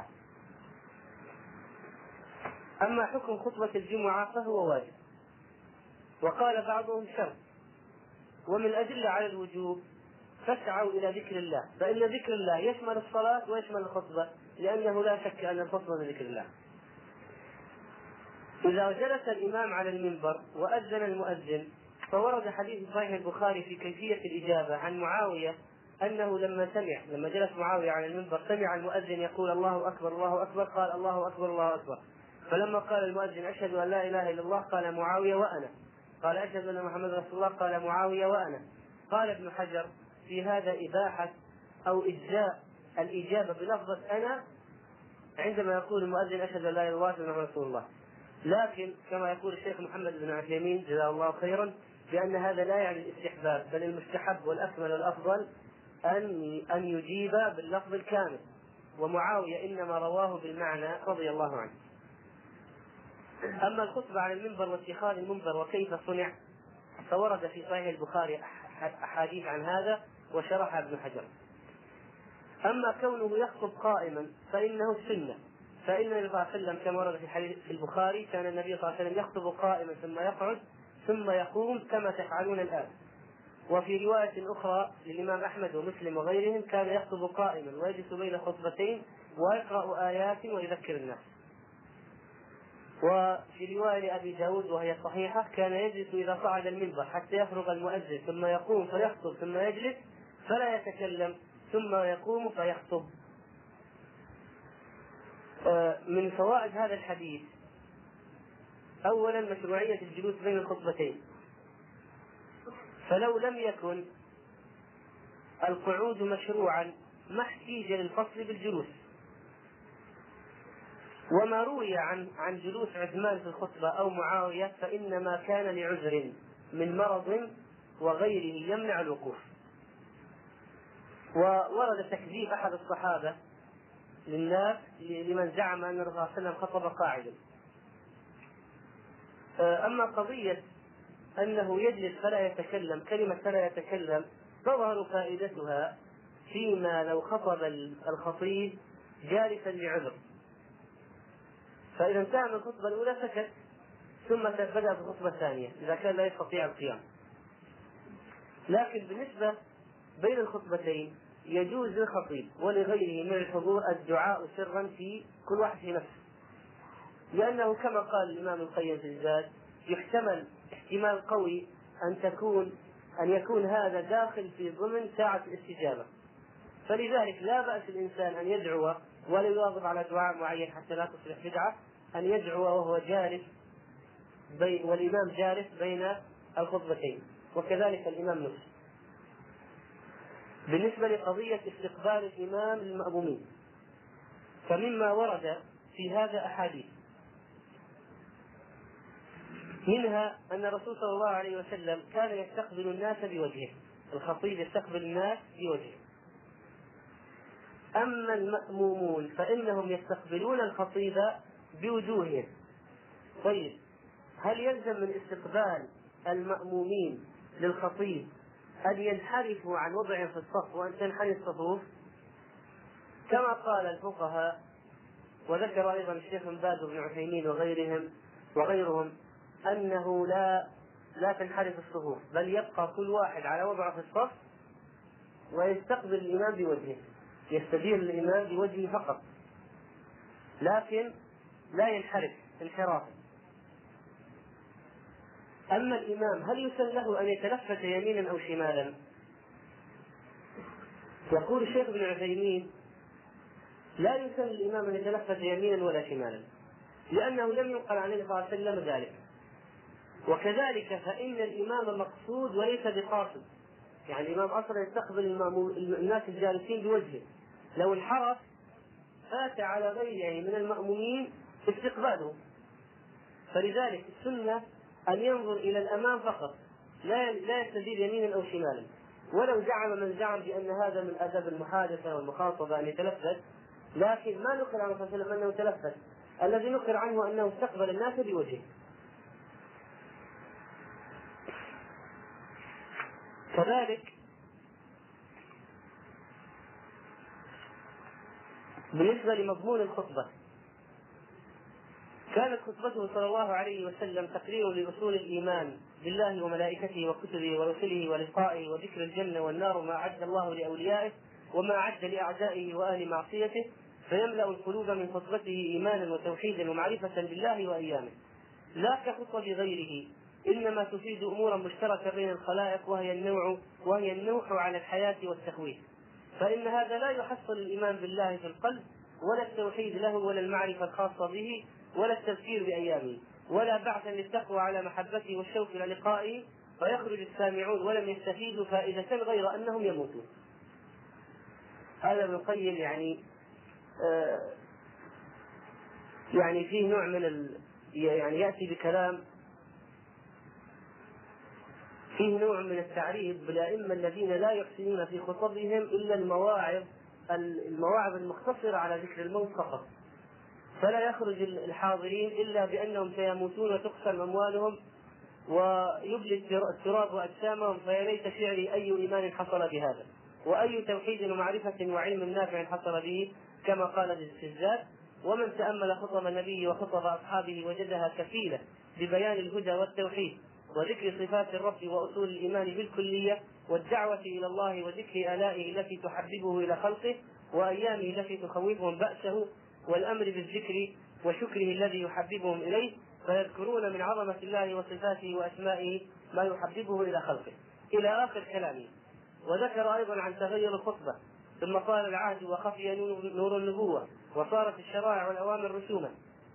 أما حكم خطبة الجمعة فهو واجب، وقال بعضهم شرط. ومن الأدلة على الوجوب: فاسعوا إلى ذكر الله، فإن ذكر الله يشمل الصلاة ويشمل الخطبة، لأنه لا شك أن الخطبة من ذكر الله. إذا جلس الإمام على المنبر وأذن المؤذن، فورد حديث صحيح البخاري في كيفية الإجابة عن معاوية أنه لما سمع لما جلس معاوية على المنبر سمع المؤذن يقول الله أكبر الله أكبر، قال الله أكبر الله أكبر. فلما قال المؤذن: أشهد أن لا إله إلا الله، قال معاوية: وأنا. قال: أشهد أن محمد رسول الله، قال معاوية: وأنا. قال ابن حجر في هذا إباحة أو إجزاء الإجابة بلفظة أنا عندما يقول المؤذن: أشهد أن لا إله إلا الله وأن رسول الله. لكن كما يقول الشيخ محمد بن عثيمين جزاه الله خيرا بأن هذا لا يعني الاستحباب، بل المستحب والأكمل والأفضل أن أن يجيب باللفظ الكامل. ومعاوية إنما رواه بالمعنى رضي الله عنه. أما الخطبة على المنبر واتخاذ المنبر وكيف صنع، فورد في صحيح البخاري أحاديث عن هذا وشرحها ابن حجر. أما كونه يخطب قائما فإنه السنة، فإن النبي صلى الله عليه وسلم كما ورد في حديث البخاري كان النبي صلى الله عليه وسلم يخطب قائما ثم يقعد ثم يقوم كما تفعلون الآن. وفي رواية أخرى للإمام أحمد ومسلم وغيرهم كان يخطب قائما ويجلس بين خطبتين ويقرأ آيات ويذكر الناس. وفي رواية لأبي داود وهي صحيحة كان يجلس إذا صعد المنبر حتى يفرغ المؤذن ثم يقوم فيخطب ثم يجلس فلا يتكلم ثم يقوم فيخطب. من فوائد هذا الحديث: أولا مشروعية الجلوس بين الخطبتين، فلو لم يكن القعود مشروعا ما احتيج للفصل بالجلوس. وما روي عن عن جلوس عثمان في الخطبة أو معاوية فإنما كان لعذر من مرض وغيره يمنع الوقوف. وورد تكذيب أحد الصحابة للناس لمن زعم أن الرسول صلى الله عليه وسلم خطب قاعدا. أما قضية أنه يجلس فلا يتكلم، كلمة فلا يتكلم تظهر فائدتها فيما لو خطب الخطيب جالسا لعذر، فإذا انتهى من الخطبة الأولى سكت ثم بدأ في الخطبة الثانية إذا كان لا يستطيع القيام. لكن بالنسبة بين الخطبتين يجوز للخطيب ولغيره من الحضور الدعاء سرا في كل واحد في نفسه، لأنه كما قال الإمام القيم في الزاد يحتمل احتمال قوي أن تكون أن يكون هذا داخل في ضمن ساعة الاستجابة. فلذلك لا بأس الإنسان أن يدعو ولا يواظب على دعاء معين حتى لا تصبح بدعة، أن يدعو وهو جالس بين والإمام جالس بين الخطبتين، وكذلك الإمام نفسه. بالنسبة لقضية استقبال الإمام للمأمومين، فمما ورد في هذا أحاديث، منها أن الرسول صلى الله عليه وسلم كان يستقبل الناس بوجهه، الخطيب يستقبل الناس بوجهه. أما المأمومون فإنهم يستقبلون الخطيب بوجوههم. طيب، هل يلزم من استقبال المأمومين للخطيب أن ينحرفوا عن وضعهم في الصف وأن تنحني الصفوف كما قال الفقهاء، وذكر أيضا الشيخ بن باز وابن عثيمين وغيرهم وغيرهم أنه لا لا تنحرف الصفوف، بل يبقى كل واحد على وضعه في الصف ويستقبل الإمام بوجهه، يستدير الإمام بوجهه فقط، لكن لا ينحرف انحرافا. أما الإمام هل يسن له أن يتلفت يمينا أو شمالا؟ يقول الشيخ ابن عثيمين: لا يسن الإمام أن يتلفت يمينا ولا شمالا، لأنه لم ينقل عن النبي صلى الله عليه وسلم ذلك. وكذلك فإن الإمام مقصود وليس بقاصد، يعني الإمام أصلا يستقبل الناس الجالسين بوجهه، لو انحرف فات على غيره من المأمومين استقباله. فلذلك السنة أن ينظر إلى الأمام فقط، لا لا يستدير يمينا أو شمالا. ولو زعم من زعم بأن هذا من آداب المحادثة والمخاطبة أن يتلفت، لكن ما نقل عن الرسول صلى الله عليه وسلم أنه تلفت، الذي نقل عنه أنه استقبل الناس بوجهه. كذلك بالنسبة لمضمون الخطبة، كانت خطبته صلى الله عليه وسلم تقرير لأصول الإيمان بالله وملائكته وكتبه ورسله ولقائه وذكر الجنة والنار وما أعد الله لأوليائه وما أعد لأعدائه وأهل معصيته، فيملأ القلوب من خطبته إيمانا وتوحيدا ومعرفة بالله وأيامه، لا كخطب غيره، إنما تفيد أمورا مشتركة بين الخلائق وهي النوع وهي النوح على الحياة والتخويف، فإن هذا لا يحصل الإيمان بالله في القلب ولا التوحيد له ولا المعرفة الخاصة به ولا التذكير بأيامه ولا بعثا للتقوى على محبته والشوق إلى لقائه، فيخرج السامعون ولم يستفيدوا فائدة غير أنهم يموتون. هذا ابن القيم يعني آه يعني فيه نوع من ال... يعني يأتي بكلام فيه نوع من التعريض بالأئمة الذين لا يحسنون في خطبهم إلا المواعظ المواعظ المختصرة على ذكر الموت فقط، فلا يخرج الحاضرين إلا بأنهم سيموتون وتقسم أموالهم ويبلي التراب وأجسامهم، فيا ليت شعري أي إيمان حصل بهذا وأي توحيد ومعرفة وعلم نافع حصل به، كما قال الزجاج: ومن تأمل خطب النبي وخطب أصحابه وجدها كفيلة ببيان الهدى والتوحيد وذكر صفات الرب وأصول الإيمان بالكلية والدعوة إلى الله وذكر آلائه التي تحببه إلى خلقه وأيامه التي تخوفهم بأسه والأمر بالذكر وشكره الذي يحببهم إليه، فيذكرون من عظمة الله وصفاته وأسمائه ما يحببه إلى خلقه، إلى آخر كلامه. وذكر أيضا عن تغير الخطبة، ثم طال العهد وخفي نور النبوة وصارت الشرائع والأوامر رسوما.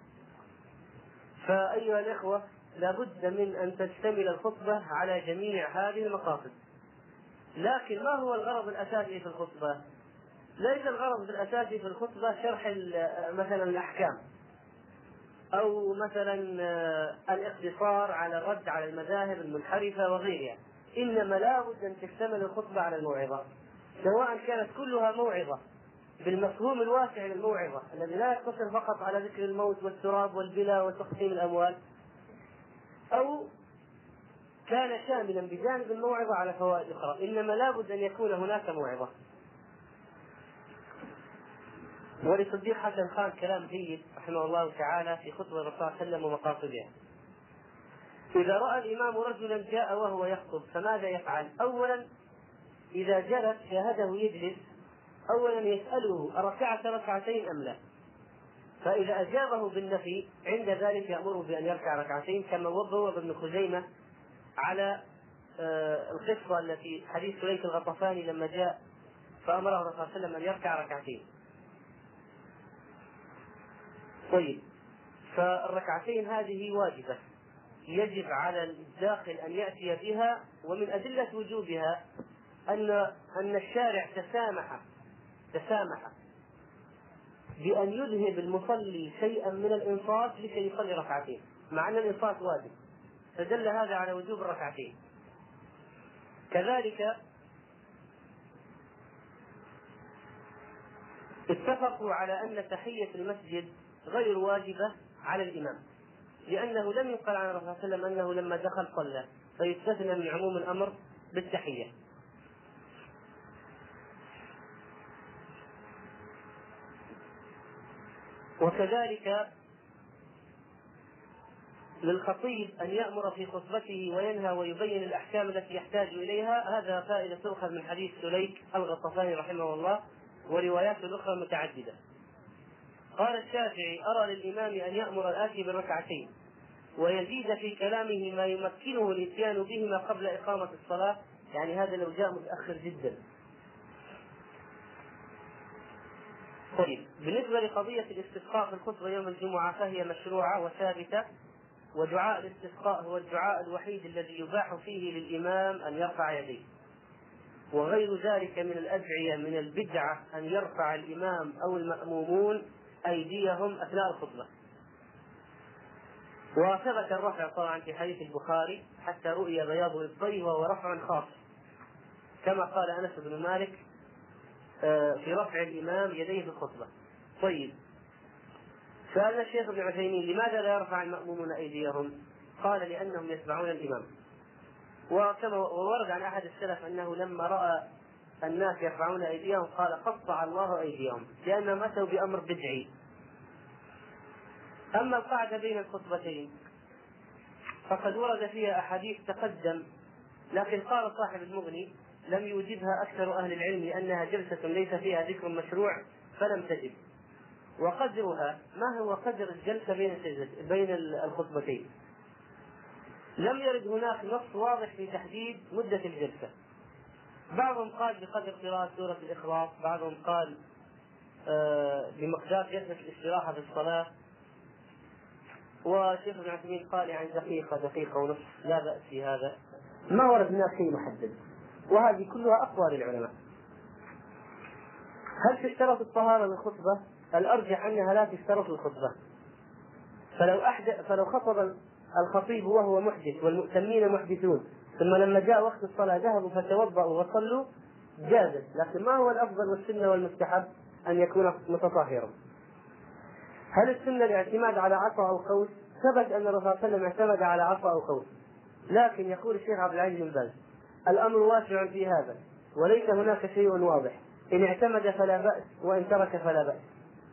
فأيها الإخوة، لابد من أن تشتمل الخطبة على جميع هذه المقاصد. لكن ما هو الغرض الأساسي في الخطبة؟ ليس الغرض الأساسي في الخطبة شرح مثلا الأحكام أو مثلا الاقتصار على الرد على المذاهب المنحرفة وغيرها، إنما لا بد أن تشتمل الخطبة على الموعظة، سواء كانت كلها موعظة بالمفهوم الواسع للموعظة الذي لا يقتصر فقط على ذكر الموت والتراب والبلا وتقسيم الأموال، أو كان شاملا بجانب الموعظة على فوائد أخرى، إنما لا بد أن يكون هناك موعظة. ولصديق حسن خان كلام جيد رحمه الله تعالى في خطبة الرسول صلى الله عليه وسلم ومقاصدها: إذا رأى الإمام رجلا جاء وهو يخطب فماذا يفعل؟ أولا إذا جلس شاهده يجلس، أولا يسأله أركعت ركعتين أم لا؟ فإذا أجابه بالنفي عند ذلك يأمره بأن يركع ركعتين، كما وضع ابن خزيمة على القصة التي حديث سليك الغطفاني لما جاء فأمره الرسول صلى الله عليه وسلم أن يركع ركعتين. طيب، فالركعتين هذه واجبة يجب على الداخل أن يأتي بها، ومن أدلة وجوبها أن أن الشارع تسامح تسامح بأن يذهب المصلي شيئا من الإنصات لكي يصلي ركعتين، مع أن الإنصات واجب، فدل هذا على وجوب الركعتين. كذلك اتفقوا على أن تحية المسجد غير واجبة على الإمام، لأنه لم يقل عن الرسول صلى الله عليه وسلم أنه لما دخل صلى، فيستثنى من عموم الأمر بالتحية. وكذلك للخطيب أن يأمر في خطبته وينهى ويبين الأحكام التي يحتاج إليها، هذا فائدة تؤخذ من حديث سليك الغطفاني رحمه الله وروايات أخرى متعددة. قال الشافعي: أرى للإمام أن يأمر الآتي بالركعتين ويزيد في كلامه ما يمكنه الإتيان بهما قبل إقامة الصلاة، يعني هذا لو جاء متأخر جدا. طيب، بالنسبة لقضية الاستسقاء في الخطبة يوم الجمعة فهي مشروعة وثابتة، ودعاء الاستسقاء هو الدعاء الوحيد الذي يباح فيه للإمام أن يرفع يديه، وغير ذلك من الأدعية من البدعة أن يرفع الإمام أو المأمومون أيديهم أثناء الخطبة. وثبت الرفع طبعا في حديث البخاري: حتى رؤي بياض إبطيه، وهو رفع خاص، كما قال أنس بن مالك في رفع الإمام يديه في الخطبة. طيب، سألنا الشيخ ابن عثيمين: لماذا لا يرفع المأمومون أيديهم؟ قال: لأنهم يتبعون الإمام. وكما ورد عن أحد السلف أنه لما رأى الناس يرفعون أيديهم قال: قطع الله أيديهم، لأنهم أتوا بأمر بدعي. أما القعدة بين الخطبتين فقد ورد فيها أحاديث تقدم، لكن قال صاحب المغني: لم يوجبها أكثر أهل العلم لأنها جلسة ليس فيها ذكر مشروع فلم تجب. وقدرها، ما هو قدر الجلسة بين بين الخطبتين؟ لم يرد هناك نص واضح في تحديد مدة الجلسة. بعضهم قال بقدر قراءة سورة الإخلاص، بعضهم قال بمقدار جلسة الاستراحة في الصلاة، وشيخ ابن عثيمين قال يعني دقيقة دقيقة ونصف، لا بأس في هذا. ما ورد هناك شيء محدد، وهذه كلها أقوال العلماء. هل تشترط الطهارة للخطبة؟ الأرجح أنها لا تشترط للخطبة. فلو أحدث فلو خطب الخطيب وهو محدث والمؤتمين محدثون، ثم لما جاء وقت الصلاة ذهبوا فتوضأوا وصلوا، جازت. لكن ما هو الأفضل والسنة والمستحب؟ أن يكون متطهرا. هل السنة الاعتماد على عصا أو قوس؟ ثبت أن الرسول صلى الله عليه وسلم اعتمد على عصا أو قوس، لكن يقول الشيخ عبد العزيز بن باز: الأمر واسع في هذا، وليس هناك شيء واضح، إن اعتمد فلا بأس، وإن ترك فلا بأس.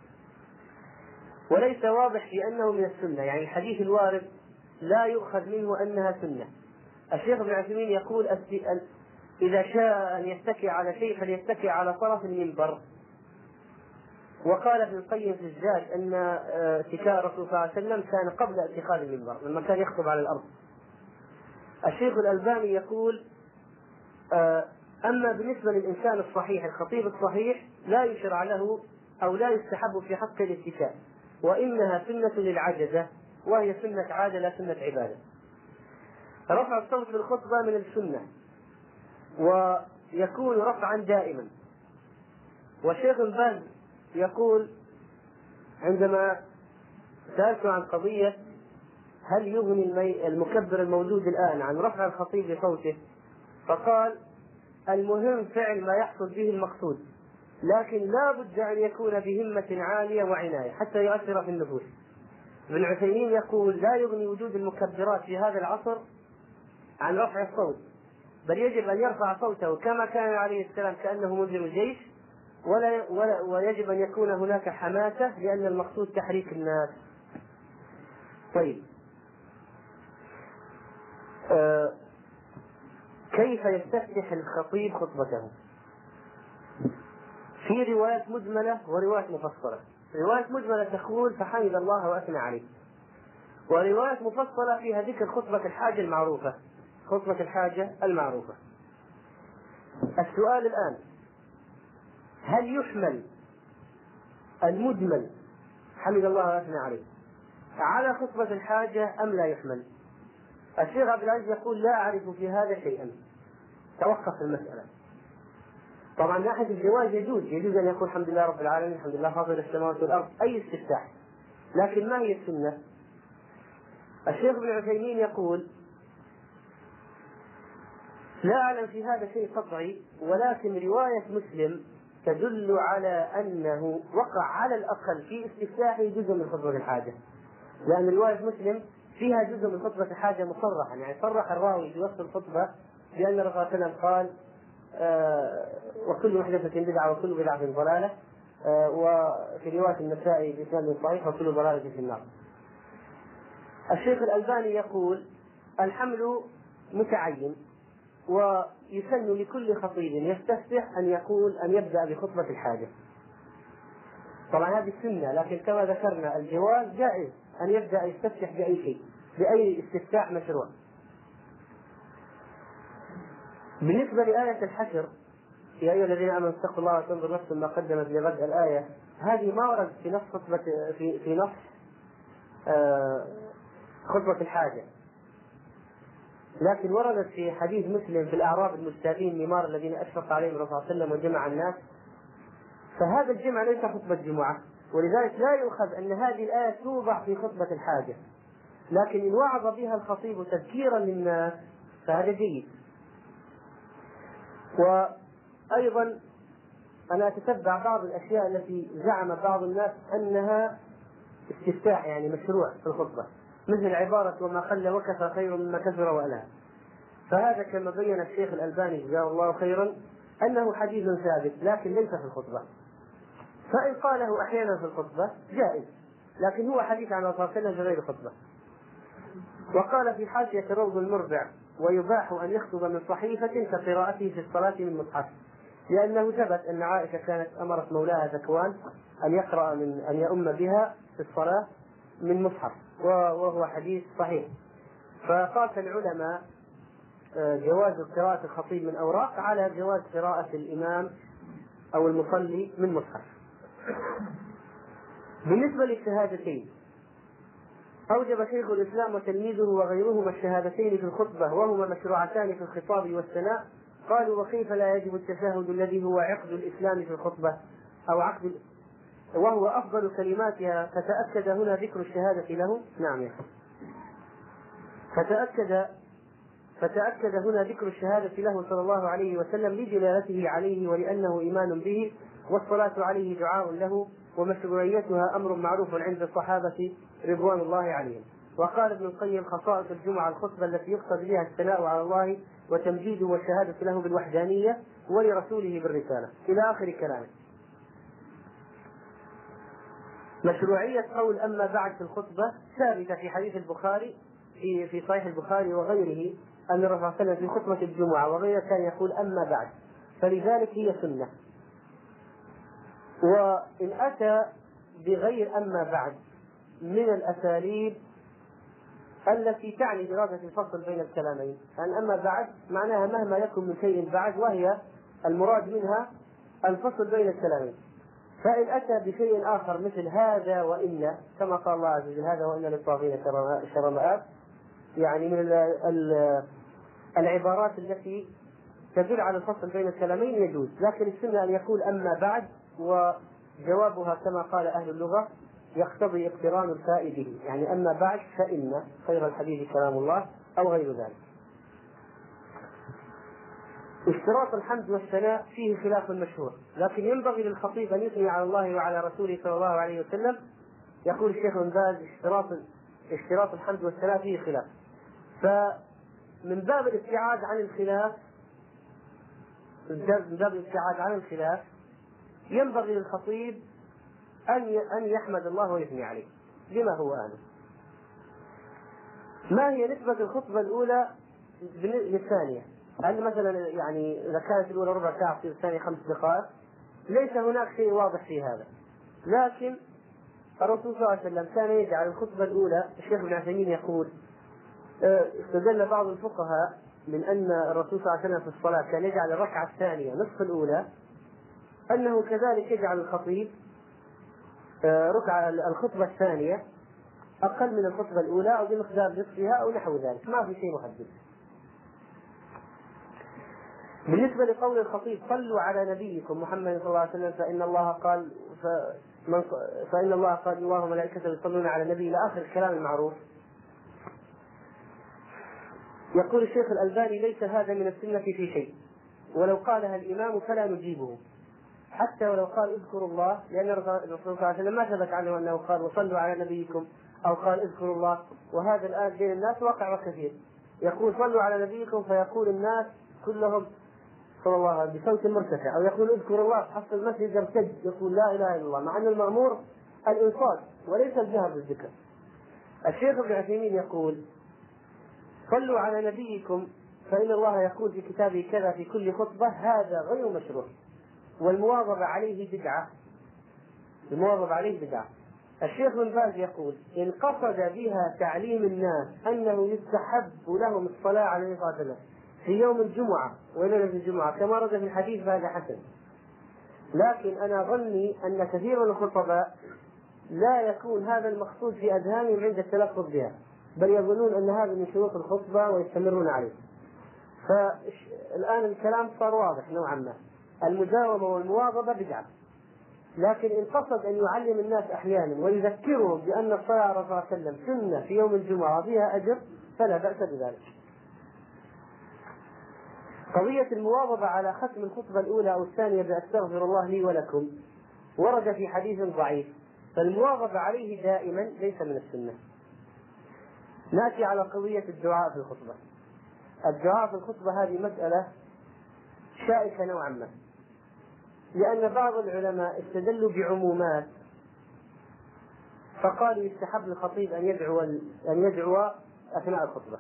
وليس واضح في أنه من السنة، يعني الحديث الوارد لا يؤخذ منه أنها سنة. الشيخ ابن عثيمين يقول: إذا شاء أن يتكئ على شيء فليتكئ على طرف المنبر. وقال ابن القيم في الزاد أن اتكاء الرسول صلى الله عليه وسلم كان قبل اتخاذ المنبر، لما كان يخطب على الأرض. الشيخ الألباني يقول: أما بالنسبة للإنسان الصحيح الخطيب الصحيح لا يشرع له أو لا يستحب في حق الاتكاء، وإنها سنة للعجزة، وهي سنة عادة لا سنة عبادة. رفع الصوت في الخطبة من السنة، ويكون رفعا دائما. والشيخ ابن باز يقول عندما سألته عن قضية هل يغني المكبر الموجود الآن عن رفع الخطيب لصوته، فقال: المهم فعل ما يحصل به المقصود، لكن لا بد أن يكون بهمة عالية وعناية حتى يؤثر في النفوس. ابن عثيمين يقول: لا يغني وجود المكبرات في هذا العصر عن رفع الصوت، بل يجب أن يرفع صوته كما كان عليه السلام كأنه منذر الجيش، ولا ولا ويجب أن يكون هناك حماسة، لأن المقصود تحريك الناس. طيب، آه كيف يستفتح الخطيب خطبته؟ في روايات مجملة وروايات مفصلة. رواية مجملة تقول: فحمد الله وأثنى عليه، ورواية مفصلة فيها ذكر خطبة الحاجة المعروفة، خطبة الحاجة المعروفة. السؤال الآن: هل يحمل المجمل حمد الله وأثنى عليه على خطبة الحاجة أم لا يحمل؟ الشيخ عبد العزيز يقول: لا أعرف في هذا شيئا، توقف المسألة. طبعا من ناحية الجواز يجوز يجوز أن يقول الحمد لله رب العالمين، الحمد لله فاطر السماوات والأرض، أي استفتاح. لكن ما هي السنة؟ الشيخ ابن عثيمين يقول: لا أعلم في هذا شيء قطعي، ولكن رواية مسلم تدل على أنه وقع على الأقل في استفتاحه جزء من خطبة الحاجة، لأن رواية مسلم فيها جزء من خطبة الحاجة مصرحا، يعني صرح الراوي في وسط الخطبة بأن الرسول صلى الله عليه وسلم قال: آه وكل محدثة بدعة وكل بدعة ضلالة، آه وفي رواية النسائي بإسناد صحيح: وكل ضلالة في النار. الشيخ الألباني يقول: الحمل متعين، ويسن لكل خطيب يستفتح أن يقول أن يبدأ بخطبة الحاجة. طبعا هذه السنة، لكن كما ذكرنا الجواز جائز أن يبدأ يستفتح بأي شيء، بأي استفتاح مشروع. بالنسبة لآية الحشر: يا أيها الذين آمنوا اتقوا الله وتنظر نفس ما قدمت لغد، الآية هذه ما ورد في نص خطبة في في نص آه خطبة الحاجة، لكن وردت في حديث مسلم في الأعراب المجتاحين نمار الذين أشفق عليهم الرسول صلى الله عليه وسلم وجمع الناس، فهذا الجمع ليس خطبة جمعة، ولذلك لا يؤخذ أن هذه الآية توضع في خطبة الحاجة، لكن إن وعظ بها الخطيب تذكيرا للناس فهذا جيد. وأيضا أنا أتتبع بعض الأشياء التي زعم بعض الناس أنها استفتاح يعني مشروع في الخطبة، مثل عبارة: وما قل وكفى خير مما كثر وألى، فهذا كما بين الشيخ الألباني جزاه الله خيرا أنه حديث ثابت لكن ليس في الخطبة، فإن قاله أحيانا في الخطبة جائز، لكن هو حديث عن الرسول صلى الله عليه وسلم غير خطبة. وقال في حاشية روض المربع: ويباح أن يخطب من صحيفة كقراءته في الصلاة من مصحف، لأنه ثبت أن عائشة كانت أمرت مولاها ذكوان أن يقرأ من أن يؤم بها في الصلاة من مصحف، وهو حديث صحيح. فقاس العلماء جواز قراءة الخطيب من أوراق على جواز قراءة الإمام أو المصلي من مصحف. بالنسبة للشهادتين، أوجب شيخ الإسلام وتلميذه وغيرهما الشهادتين في الخطبة، وهما مشروعتان في الخطاب والثناء. قالوا: وكيف لا يجب التشهد الذي هو عقد الإسلام في الخطبة أو عقد وهو أفضل كلماتها؟ فتأكد هنا ذكر الشهادة له. نعم يا فتأكد فتأكد هنا ذكر الشهادة له صلى الله عليه وسلم لجلالته عليه ولأنه إيمان به، والصلاة عليه دعاء له، ومشروعيتها أمر معروف عند الصحابة رضوان الله عليهم. وقال ابن القيم: خصائص الجمعة الخطبة التي يقصد بها الثناء على الله وتمجيده والشهادة له بالوحدانية ولرسوله بالرسالة، إلى آخر كلامه. مشروعية قول أما بعد في الخطبة ثابتة في حديث البخاري في في صحيح البخاري وغيره أن الرسول صلى الله عليه وسلم في خطبة الجمعة وغيره كان يقول أما بعد، فلذلك هي سنة. وإن أتى بغير أما بعد من الأساليب التي تعني إرادة الفصل بين الكلامين، أن أما بعد معناها مهما يكن من شيء بعد، وهي المراد منها الفصل بين الكلامين. فإن أتى بشيء آخر مثل هذا وإن، كما قال الله عز وجل: هذا وإن للطاغين شر مآب، يعني من العبارات التي تدل على الفصل بين الكلامين يجوز، لكن السنة أن يقول أما بعد، وجوابها كما قال أهل اللغة يقتضي اقتران الفاء به، يعني أما بعد فإن خير الحديث كلام الله أو غير ذلك. اشتراط الحمد والثناء فيه خلاف مشهور، لكن ينبغي للخطيب أن يثني على الله وعلى رسوله صلى الله عليه وسلم. يقول الشيخ ابن باز: اشتراط اشتراط الحمد والثناء فيه خلاف، فمن باب الابتعاد عن الخلاف من باب الابتعاد عن الخلاف ينبغي للخطيب أن أن يحمد الله ويثني عليه بما هو أهله. ما هي نسبة الخطبة الأولى للثانية؟ هل مثلا يعني إذا كانت الأولى ربع ساعة تصير الثانية خمس دقائق؟ ليس هناك شيء واضح في هذا، لكن الرسول صلى الله عليه وسلم كان يجعل الخطبة الأولى. الشيخ ابن عثيمين يقول: استدل بعض الفقهاء من أن الرسول صلى الله عليه وسلم في الصلاة كان يجعل الركعة الثانية نصف الأولى، أنه كذلك يجعل الخطيب ركعة الخطبة الثانية أقل من الخطبة الأولى أو بمقدار نصفها أو نحو ذلك، ما في شيء محدد. بالنسبة لقول الخطيب صلوا على نبيكم محمد صلى الله عليه وسلم فإن الله قال فمن فإن الله قال الله وملائكته يصلون على النبي إلى آخر الكلام المعروف، يقول الشيخ الألباني ليس هذا من السنة في شيء، ولو قالها الإمام فلا نجيبه حتى ولو قال اذكروا الله، لأن الرسول صلى الله عليه وسلم ما ثبت عنه أنه قال وصلوا على نبيكم أو قال اذكروا الله. وهذا الآن بين الناس واقع وكثير، يقول صلوا على نبيكم فيقول الناس كلهم صلى الله عليه وسلم بصوت مرتفع، أو يقول اذكروا الله حتى المسجد يرتج يقول لا إله إلا الله، مع أن المأمور الإنصات وليس الجهر بالذكر. الشيخ ابن عثيمين يقول صلوا على نبيكم فإن الله يقول في كتابه كذا في كل خطبة، هذا غير مشروع، والمواظبة عليه بدعة، المواظبة عليه بدعة. الشيخ بن باز يقول إن قصد بها تعليم الناس أنه يستحب لهم الصلاة على النبي صلى الله عليه وسلم في يوم الجمعة وليلة الجمعة كما ورد في الحديث فهذا حسن، لكن أنا ظني أن كثير من الخطباء لا يكون هذا المقصود في أذهانهم عند التلفظ بها، بل يظنون أن هذا من شروط الخطبة ويستمرون عليه. فالآن الكلام صار واضح نوعا ما، المداومة والمواظبة بدعة، لكن إن قصد أن يعلم الناس أحيانا ويذكرهم بأن الصلاة على الرسول صلى الله عليه وسلم سنة في يوم الجمعة وفيها أجر فلا بأس بذلك. قضية المواظبة على ختم الخطبة الأولى أو الثانية بأستغفر الله لي ولكم ورد في حديث ضعيف، فالمواظبة عليه دائما ليس من السنة. نأتي على قضية الدعاء في الخطبة. الدعاء في الخطبة هذه مسألة شائكة نوعا ما، لأن بعض العلماء استدلوا بعمومات فقالوا يستحب للخطيب أن يدعو أن يدعو أثناء الخطبة،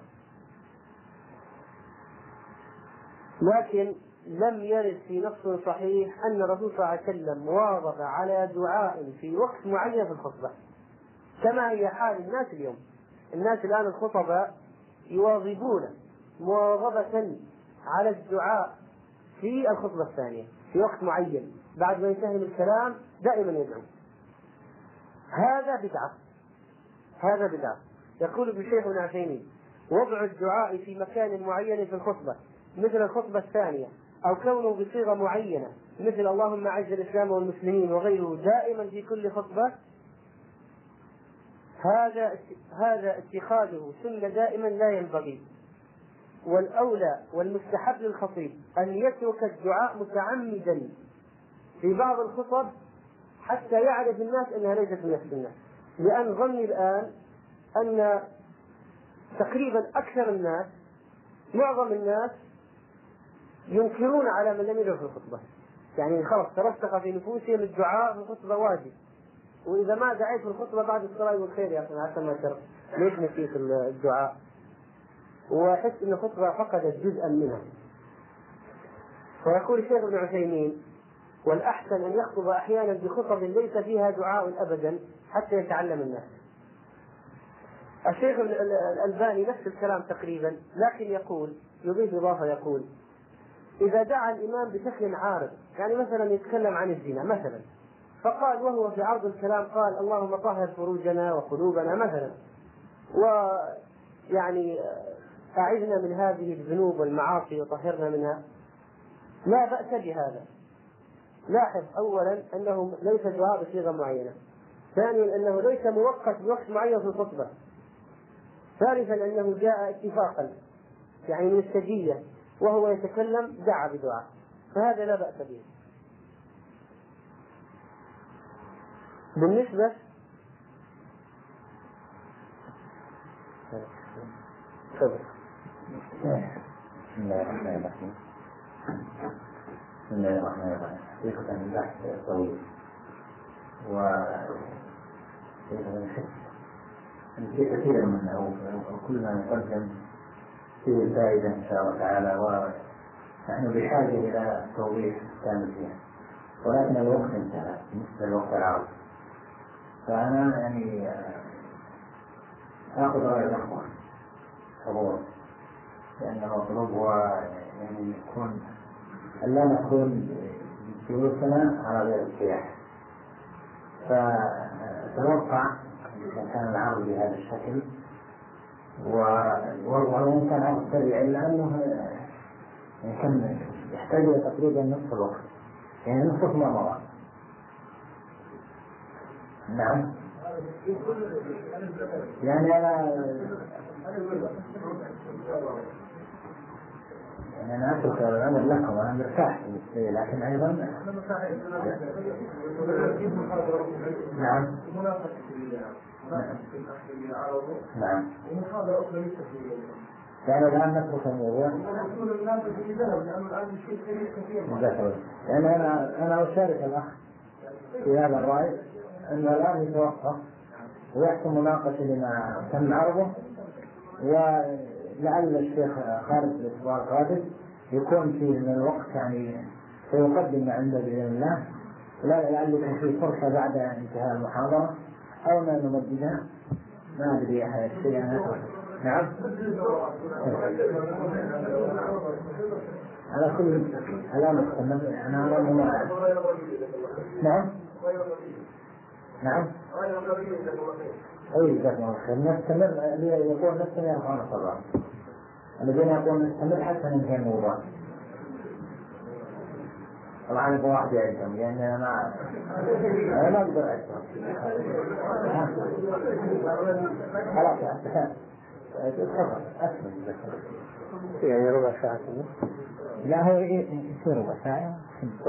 لكن لم يرد في نص صحيح أن الرسول صلى الله عليه وسلم مواظب على دعاء في وقت معين في الخطبة كما هي حال الناس اليوم. الناس الآن الخطباء يواظبون مواظبة على الدعاء في الخطبة الثانية في وقت معين بعد ما ينتهي الكلام دائما يدعو. هذا بدعة، هذا بدعة. يقول ابن الشيخ ابن عثيمين وضع الدعاء في مكان معين في الخطبة مثل الخطبة الثانية أو كونه بصيغة معينة مثل اللهم أعز الإسلام والمسلمين وغيره دائما في كل خطبة، هذا هذا اتخاذه سنة دائما لا ينبغي. والأولى والمستحب للخطيب أن يترك الدعاء متعمدا في بعض الخطب حتى يعرف الناس أنها ليست من السنة، لأن ظني الآن أن تقريبا أكثر الناس معظم الناس ينكرون على من لم يدعو في الخطبة، يعني خلاص ترسخ في نفوسهم الدعاء في الخطبة واجب، وإذا ما دعيت في الخطبة بعد الصلاة والخير يا أخي حتى ما شرط ليش نسيت الدعاء، وأحس أن الخطبة فقدت جزءا منها. ويقول الشيخ ابن عثيمين والأحسن أن يخطب أحيانا بخطب ليس فيها دعاء أبدا حتى يتعلم الناس. الشيخ الألباني نفس الكلام تقريبا، لكن يقول يضيف إضافة يقول إذا دعا الإمام بشكل عارض، يعني مثلا يتكلم عن الزنا مثلا فقال وهو في عرض الكلام قال اللهم طهر فروجنا وقلوبنا مثلا، ويعني أعذنا من هذه الذنوب والمعاصي وطهرنا منها، لا بأس بهذا. لاحظ أولا أنه ليس دعاء بصيغة معينة، ثانيا أنه ليس موقت بوقت معين في الخطبة، ثالثا أنه جاء اتفاقا يعني من السجية وهو يتكلم دعا بدعاء، فهذا لا بأس به. بالنسبة صبر. بسم الله الرحمن الرحيم. بسم الله الرحمن الرحيم. حقيقة البحث طويل وفي كثير منه أو كل ما نقدم فيه الفائدة إن شاء الله تعالى، ونحن بحاجة إلى توضيح كامل فيها، ولكن الوقت انتهى بالنسبة للوقت العرض، فأنا يعني آخذ رأي الأخوة حضور، لأن المطلوب هو يعني يكون ألا نكون جلوسنا على غير السياح. فأتوقع إذا كان العرض بهذا الشكل وإن كان عرض سريع إلا أنه يكمل يحتاج إلى تقريبا نصف الوقت، يعني نصف ما مضى. نعم. يعني أنا يعني أنا أترك الأمر لكم، أنا مرتاح بالنسبة، لكن أيضا نعم نعم. يعني الآن نترك الموضوع، يعني أنا أنا أشارك الأخ في هذا الرأي أن الآن يتوقف ويحسن مناقشة لما تم عرضه، ولعل الشيخ خالد الأسبوع القادم يكون فيه من الوقت يعني سيقدم ما عنده بإذن الله، لا لعل يكون فيه فرصة بعد انتهاء المحاضرة أو ما نمددها، ما أدري أحد الشيء. نعم. على كل علامة أنا أرى ما نعم نعم أي جزاكم الله خير. نستمر يقول نستمر أخوانا صلى الذين يقول نستمر حتى ننهي الموضوع. طبعا يبغى واحد يعيشهم لأن أنا ما أنا ما أقدر أعيشهم. خلاص تفضل أسمع. يعني ربع ساعة كذا؟ لا هو يصير ربع ساعة.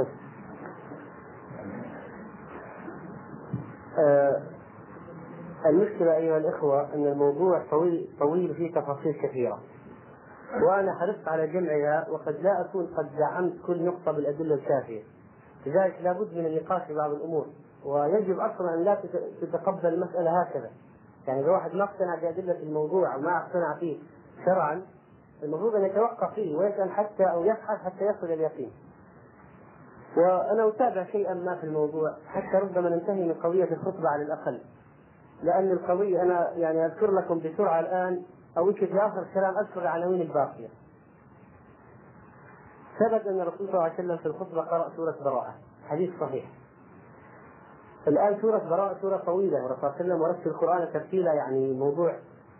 آه المشكلة أيها الإخوة أن الموضوع طويل طويل فيه تفاصيل كثيرة، وأنا حرصت على جمعها وقد لا أكون قد دعمت كل نقطة بالأدلة الكافية، لذلك لابد من النقاش في بعض الأمور، ويجب أصلا أن لا تتقبل المسألة هكذا. يعني إذا واحد ما اقتنع بأدلة الموضوع وما اقتنع فيه شرعا المفروض أن يتوقف فيه ويسأل حتى أو يبحث حتى يصل اليقين. وأنا أتابع شيئا ما في الموضوع حتى ربما ننتهي من قضية الخطبة على الأقل، لأن القضية أنا يعني أذكر لكم بسرعة الآن أو يمكن في آخر الكلام أذكر العناوين الباقية. ثبت أن الرسول صلى الله عليه وسلم في الخطبة قرأ سورة براءة، حديث صحيح. الآن سورة براءة سورة طويلة والرسول صلى الله عليه وسلم ورتل القرآن ترتيلا، يعني موضوع.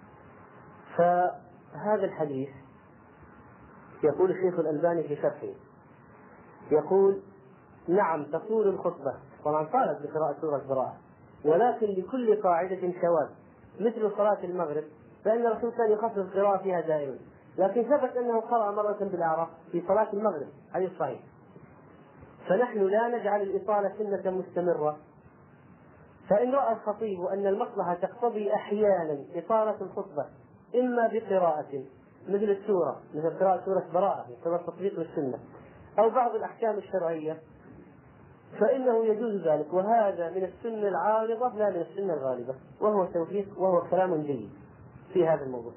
فهذا الحديث يقول الشيخ الألباني في شرحه، يقول نعم تطول الخطبة، طبعا قالت بقراءة سورة براءة، ولكن لكل قاعدة شواذ مثل صلاة المغرب فإن الرسول كان يخصص القراءة فيها دائما، لكن ثبت أنه قرأ مرة بالأعراف في صلاة المغرب، حديث صحيح. فنحن لا نجعل الإطالة سنة مستمرة، فإن رأى الخطيب أن المصلحة تقتضي أحيانا إطالة الخطبة إما بقراءة مثل السورة مثل قراءة سورة براءة كما تطبيق السنة أو بعض الأحكام الشرعية فإنه يجوز ذلك، وهذا من السنة العارضة لا من السنة الغالبة، وهو توفيق وهو كلام جيد في هذا الموضوع.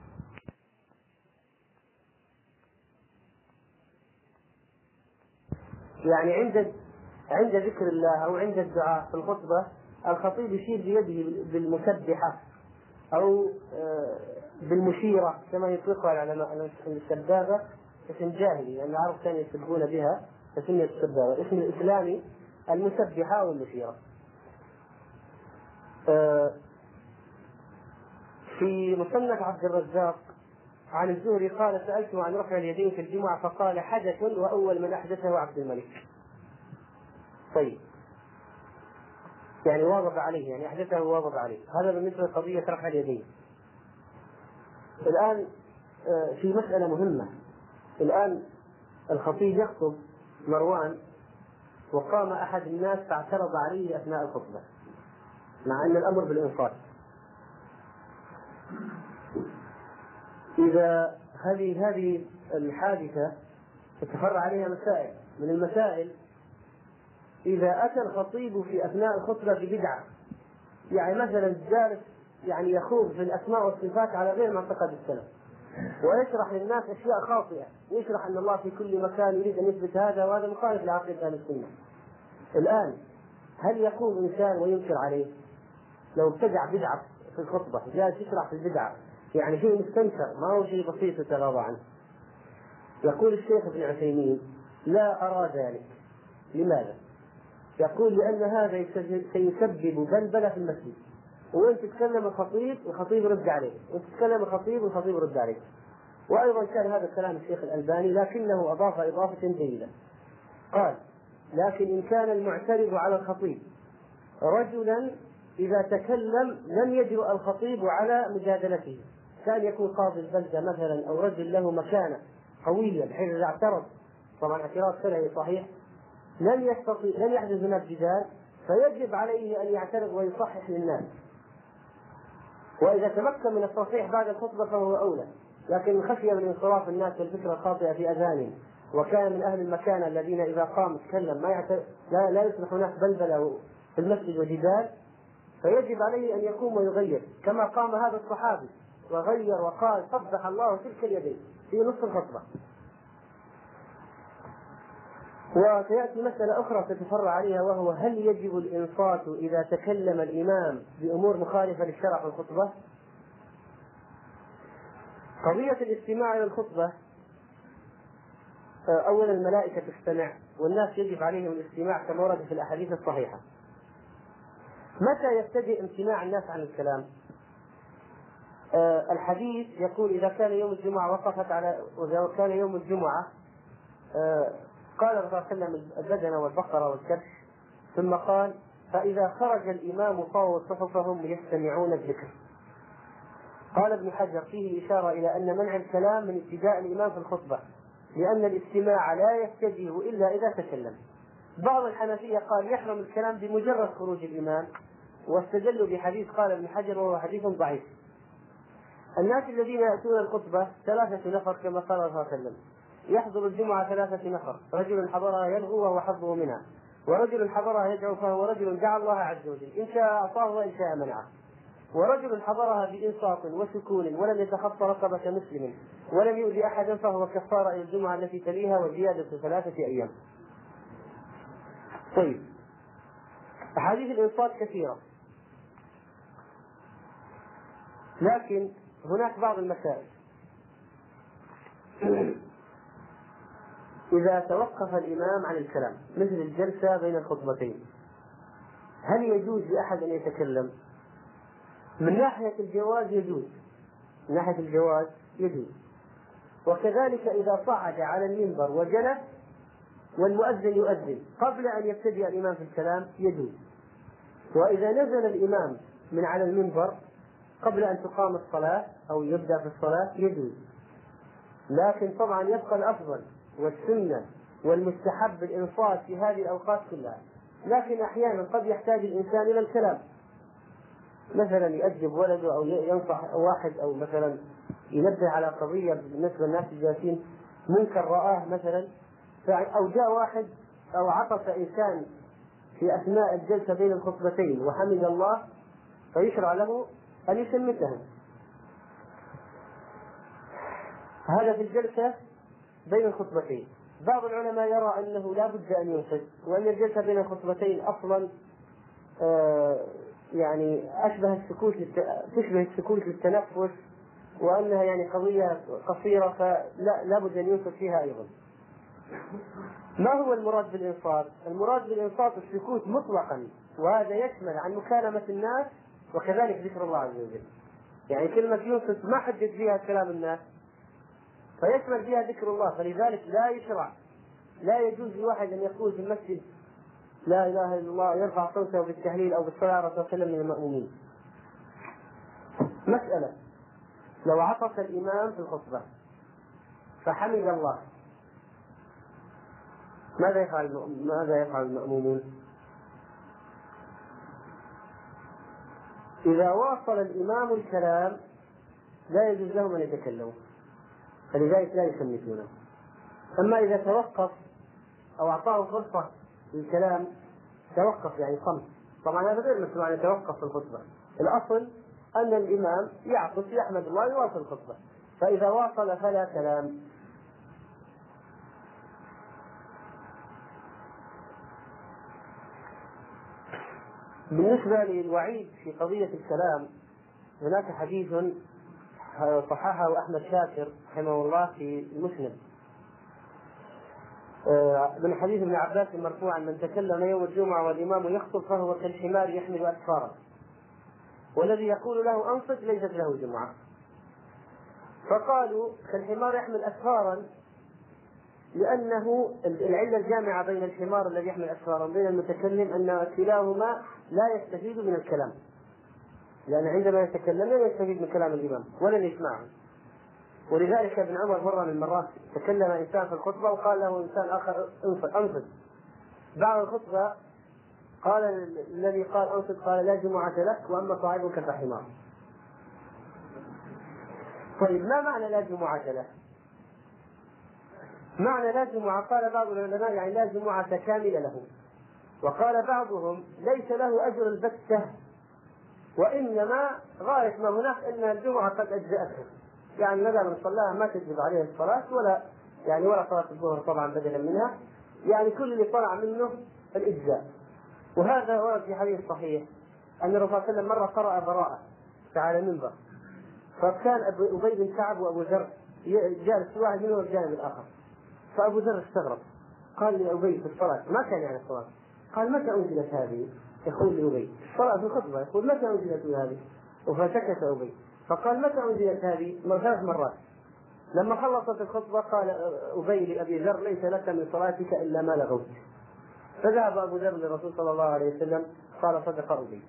يعني عند عند ذكر الله أو عند الدعاء في الخطبة الخطيب يشير بيده بالمسبحة أو بالمشيرة كما يطلقها العلماء. السبابة اسم جاهلي لأن العرب كانوا يسبون بها فسميت السبابة، الاسم الإسلامي المسبحة والمشيرة. في مصنف عبد الرزاق عن الزهري قال سألته عن رفع اليدين في الجمعة فقال حدث وأول من أحدثه عبد الملك. طيب يعني واظب عليه، يعني أحدثه واظب عليه. هذا بالنسبة لقضية رفع اليدين. الآن في مسألة مهمة، الآن الخطيب يخطب مروان وقام أحد الناس فاعترض عليه أثناء الخطبة مع أن الأمر بالإنصات. إذا هذه هذه الحادثة تتفرع عليها مسائل، من المسائل إذا أتى الخطيب في أثناء الخطبة ببدعة، يعني مثلا جالس يعني يخوض في الأسماء والصفات على غير معتقد السلف ويشرح للناس أشياء خاطئة، يشرح أن الله في كل مكان يريد أن يثبت هذا وهذا مخالف لعقيدة أهل السنة. الآن هل يقوم إنسان وينكر عليه لو ابتدع بدعة في الخطبة جالس يشرح في البدعة، يعني شيء مستنكر ما هو شيء بسيط يتغاضى عنه؟ يقول الشيخ ابن عثيمين لا أرى ذلك. لماذا؟ يقول لأن هذا سيسبب بلبلة في المسجد، وأنت تتكلم الخطيب الخطيب يرد عليك، وأنت تتكلم الخطيب والخطيب يرد عليك. وأيضا كان هذا كلام الشيخ الألباني لكنه أضاف إضافة جيدة، قال: لكن إن كان المعترض على الخطيب رجلا إذا تكلم لم يجرؤ الخطيب على مجادلته، كان يكون قاضي البلدة مثلا أو رجل له مكانة قوية بحيث إذا اعترض، طبعا اعتراض شرعي صحيح، لن يستطيع لن يحدث هناك جدال، فيجب عليه أن يعترض ويصحح للناس، وإذا تمكن من التصحيح بعد الخطبة فهو أولى. لكن خشي من انصراف الناس والفكرة الخاطئة في أذانهم، وكان من أهل المكانة الذين إذا قام يتكلم ما يعترض، لا, لا يصبح هناك بلبلة في المسجد وجدال، فيجب عليه أن يقوم ويغير، كما قام هذا الصحابي وغير وقال: قبح الله تلك اليدين في نصف الخطبة. وسيأتي مسألة أخرى تتفرع عليها، وهو: هل يجب الإنصات إذا تكلم الإمام بأمور مخالفة للشرع في الخطبة؟ قضية الاستماع إلى الخطبة، أولا الملائكة تستمع والناس يجب عليهم الاستماع كما ورد في الأحاديث الصحيحة. متى يبتدئ امتناع الناس عن الكلام؟ أه الحديث يقول: إذا كان يوم الجمعة وقفت على إذا كان يوم الجمعة أه قال الرسول صلى الله عليه وسلم: البدنة والبقرة والكبش، ثم قال: فإذا خرج الإمام طووا صحفهم يستمعون الذكر. قال ابن حجر: فيه إشارة إلى أن منع الكلام من ابتداء الإمام في الخطبة، لأن الاستماع لا يتجه إلا إذا تكلم. بعض الحنفية قال يحرم الكلام بمجرد خروج الإمام، واستدلوا بحديث قال ابن حجر وهو حديث ضعيف. الناس الذين يأتون الخطبة ثلاثة نفر كما قال صلى الله عليه وسلم، يحضر الجمعة ثلاثة نفر: رجل حضرها يلغو وهو حظه منها، ورجل حضرها يدعو فهو رجل دعا الله عز وجل، إن شاء أعطاه وإن شاء منعه، ورجل حضرها بإنصات وسكون ولم يتخطى رقبة مسلم ولم يؤذي أحدا فهو كفارة إلى الجمعة التي تليها وزيادة ثلاثة أيام. طيب، أحاديث الإنصات كثيرة، لكن هناك بعض المسائل. إذا توقف الإمام عن الكلام مثل الجلسة بين الخطبتين، هل يجوز لأحد أن يتكلم؟ من ناحية الجواز يجوز، من ناحية الجواز يجوز. وكذلك إذا صعد على المنبر وجلس والمؤذن يؤذن قبل أن يبتدئ الإمام في الكلام يجوز. وإذا نزل الإمام من على المنبر قبل أن تقام الصلاة أو يبدأ في الصلاة يجوز. لكن طبعا يبقى الأفضل والسنة والمستحب الإنصات في هذه الأوقات كلها، لكن أحيانا قد يحتاج الإنسان إلى الكلام، مثلا يؤدب ولده أو ينصح واحد، أو مثلا ينبه على قضية بالنسبة للناس الجالسين منكر رآه مثلا، أو جاء واحد أو عطس إنسان في أثناء الجلسة بين الخطبتين وحمد الله، فيشرع له أن يشمته. هذا في الجلسة بين الخطبتين. بعض العلماء يرى أنه لا بد أن ينصت، وأن الجلسة بين الخطبتين أصلا آه يعني أشبه السكوت للت... تشبه السكوت للتنفس، وأنها يعني قضية قصيرة، فلا لا بد أن ينصت فيها أيضا. ما هو المراد بالإنصات؟ المراد بالإنصات السكوت مطلقا، وهذا يشمل عن مكالمة الناس وكذلك ذكر الله عز وجل. يعني كلمة ينصت ما حدد فيها كلام الناس، فيشمل فيها ذكر الله، فلذلك لا يشرع، لا يجوز لواحد أن يقول في المسجد لا إله إلا الله يرفع صوته بالتهليل أو بالصلاة على رسول الله من المأمومين. مسألة: لو عطس الإمام في الخطبة فحمد الله، ماذا يفعل ماذا يفعل المأمومون؟ إذا واصل الإمام الكلام لا يجوز لهم أن يتكلموا، فلذلك لا يشمتونه. أما إذا توقف أو أعطاه فرصة للكلام توقف يعني صمت، طبعا هذا غير مسموع أن يتوقف في الخطبة. الأصل أن الإمام يعطس يحمد الله يواصل الخطبة، فإذا واصل فلا كلام. بالنسبة للوعيد في قضية الكلام، هناك حديث صححه أحمد شاكر رحمه الله في المسند من حديث ابن عباس مرفوعا: من تكلم يوم الجمعة والإمام يخطب فهو كالحمار يحمل أسفارا، والذي يقول له أنصت ليست له جمعة. فقالوا كالحمار يحمل أسفارا، لأنه العلة الجامعة بين الحمار الذي يحمل أسفارا وبين المتكلم أن كلاهما لا يستفيد من الكلام، لأن عندما يتكلم لا يستفيد من كلام الإمام ولن يسمعه. ولذلك ابن عمر مرة من المرات تكلم إنسان في الخطبة وقال له إنسان آخر أنصت. بعد الخطبة قال الذي قال أنصت قال لا جمعة لك وأما صاحبك فحمار. طيب ما معنى لا جمعة له؟ معنى لا جمعة قال بعض العلماء يعني لا جمعة كاملة له، وقال بعضهم ليس له أجر البتة، وإنما غاية ما هناك أن الجمعة قد أجزأته، يعني ماذا من صلاها ما تجب عليه الصلاة ولا يعني ولا صلاة الظهر طبعا بدلا منها، يعني كل اللي طلع منه الإجزاء. وهذا ورد في حديث صحيح أن الرسول صلى الله عليه وسلم مرة قرأ براءة على المنبر، فكان أبي بن كعب وأبو ذر جالس واحد منهم والجانب الآخر، فأبو ذر استغرب قال لأبي في الصلاة ما كان يعني الصلاة، قال متى أنزلت هذه؟ يقول لأبي الصلاة في الخطبة، يقول متى أنزلت هذه؟ فسكت أبي فقال متى أنزلت هذه؟ ثلاث مرات. لما خلصت الخطبة قال أبي لأبي ذر ليس لك من صلاتك إلا ما لغوت. فذهب أبو ذر للرسول صلى الله عليه وسلم قال صدق أبي.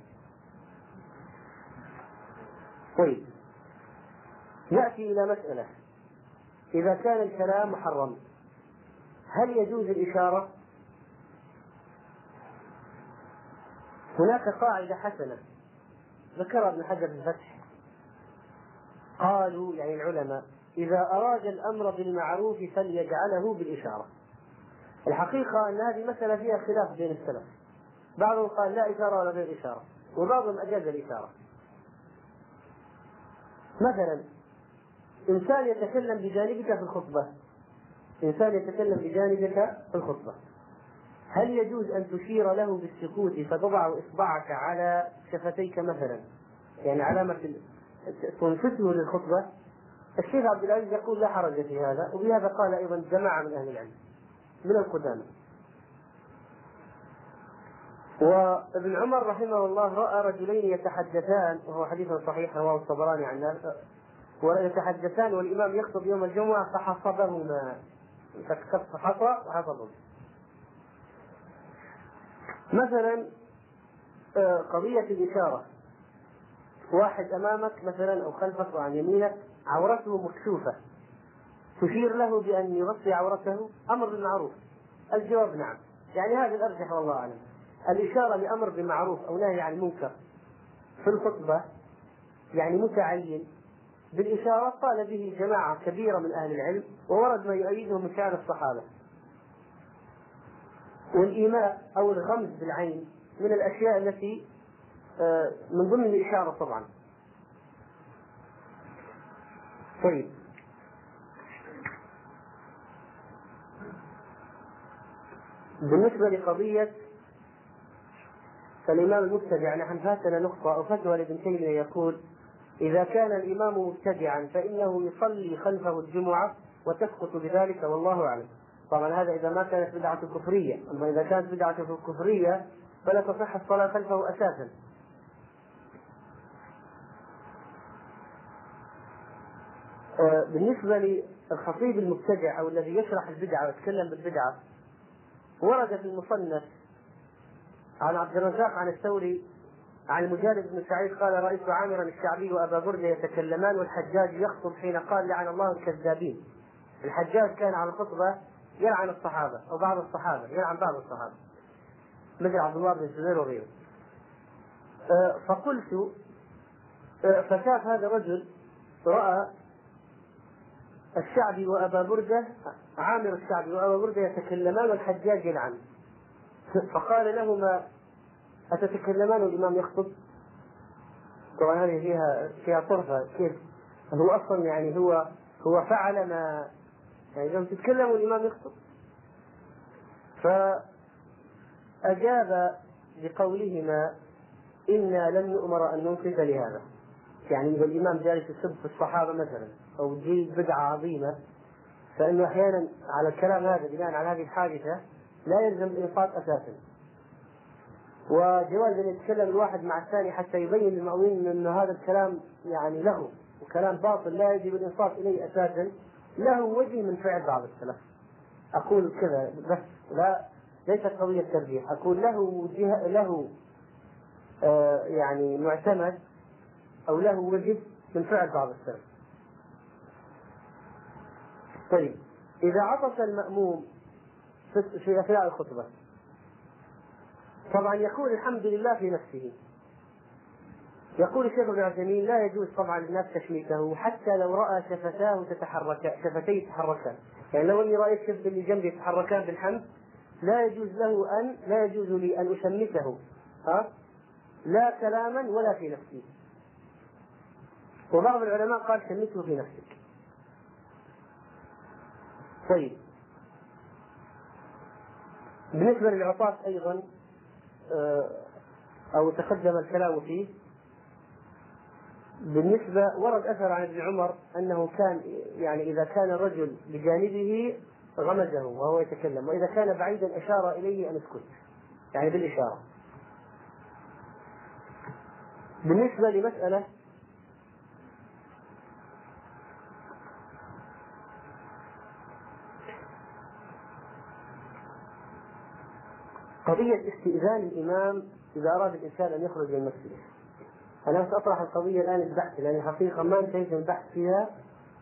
طيب نأتي إلى مسألة، إذا كان الكلام محرم هل يجوز الإشارة؟ هناك قاعدة حسنة ذكرها ابن حجر في الفتح، قالوا يعني العلماء إذا أراد الأمر بالمعروف فليجعله بالإشارة. الحقيقة أن هذه مسألة فيها خلاف بين السلف، بعضهم قال لا إشارة ولا غير إشارة، وبعضهم أجاز الإشارة. مثلا إنسان يتكلم بجانبك في الخطبة، إنسان يتكلم بجانبك في الخطبة، هل يجوز أن تشير له بالسكوت فتضع إصبعك على شفتيك مثلا، يعني علامة تنصته للخطبة؟ الشيخ عبد العزيز يقول لا حرج في هذا، وبهذا قال أيضا جماعة من أهل العلم من القدامى. وابن عمر رحمه الله رأى رجلين يتحدثان، وهو حديث صحيح رواه الطبراني عن الناس، ويتحدثان والإمام يخطب يوم الجمعة فحصبهما، فحصى وحصبهما. مثلا قضية الإشارة، واحد أمامك مثلا أو خلفك وعن يمينك عورته مكشوفة، تشير له بأن يغطي عورته أمر بالمعروف؟ الجواب نعم، يعني هذا الأرجح والله أعلم. الإشارة لأمر بالمعروف أو نهي عن المنكر في الخطبة يعني متعين بالإشارة قال به جماعة كبيرة من أهل العلم، وورد ما يؤيده من شأن الصحابة. والإيماء أو الغمز بالعين من الأشياء التي من ضمن الإشارة طبعا. طيب بالنسبة لقضية الإمام المبتدع، نحن فاتنا نقطة أو فتوى لابن تيمية يقول إذا كان الإمام مبتدعا فإنه يصلي خلفه الجمعة وتسقط بذلك والله أعلم. طبعا هذا إذا ما كانت بدعة كفرية، أما إذا كانت بدعة كفرية فلا تصح الصلاة خلفه أساسا. بالنسبة للخطيب المبتدع أو الذي يشرح البدعة ويتكلم بالبدعة، ورد في المصنف عن عبد الرزاق عن الثوري عن المجالد بن سعيد قال رأيت عامرا الشعبي وأبا بردة يتكلمان والحجاج يخطب حين قال لعن الله الكذابين. الحجاج كان على الخطبة يلعن الصحابة أو بعض الصحابة، يلعن بعض الصحابة مثل عبد الله بن الزبير وغيره. فقلت فشاف هذا الرجل رأى الشعبي وأبا بردة عامر الشعبي وأبا بردة يتكلمان والحجاج يلعن، فقال لهما أتتكلمان والإمام يخطب؟ طبعا هذه فيها فيها طرفة، كيف هو أصلا يعني هو هو فعل ما يعني لم تتكلم والإمام يخطب. فأجاب بقولهما إنا لم نؤمر أن ننصت لهذا، يعني إذا الإمام جالس يسب في الصحابة مثلا أو جيد بدعة عظيمة فإنه أحيانا على الكلام هذا بناء على هذه الحادثة لا يلزم الإنصات أساسا. وجواز أن يتكلم الواحد مع الثاني حتى يبين للمؤمنين أن هذا الكلام يعني له وكلام باطل لا يجب الإنصات إليه أساسا، له وجه من فعل بعض السلف. أقول كذا بس، لا ليست قضية ترجيح، أقول له جهة، له آه يعني معتمد أو له وجه من فعل بعض السلف. طيب إذا عطس المأموم في أثناء الخطبة طبعا يقول الحمد لله في نفسه. يقول الشيخ ابن عثيمين لا يجوز طبعا للناس تشميته حتى لو رأى شفتاه تتحرك، شفتيه تتحركان، يعني لو اني رأيت شفت اللي جنبي يتحركان بالحمد لا يجوز له ان لا يجوز لي ان اشمته، ها لا كلاما ولا في نفسي. وبعض العلماء قال شمته في نفسك. طيب بالنسبة للعطاس ايضا او تقدم الكلام فيه، بالنسبة ورد أثر عن ابن عمر أنه كان يعني إذا كان الرجل بجانبه غمزه وهو يتكلم، وإذا كان بعيدا أشار إليه أن اسكت، يعني بالإشارة. بالنسبة لمسألة قضية استئذان الإمام إذا أراد الإنسان أن يخرج من المسجد، أنا سأطرح القضية الآن البحث، لأن الحقيقة ما انتهيت من البحث فيها،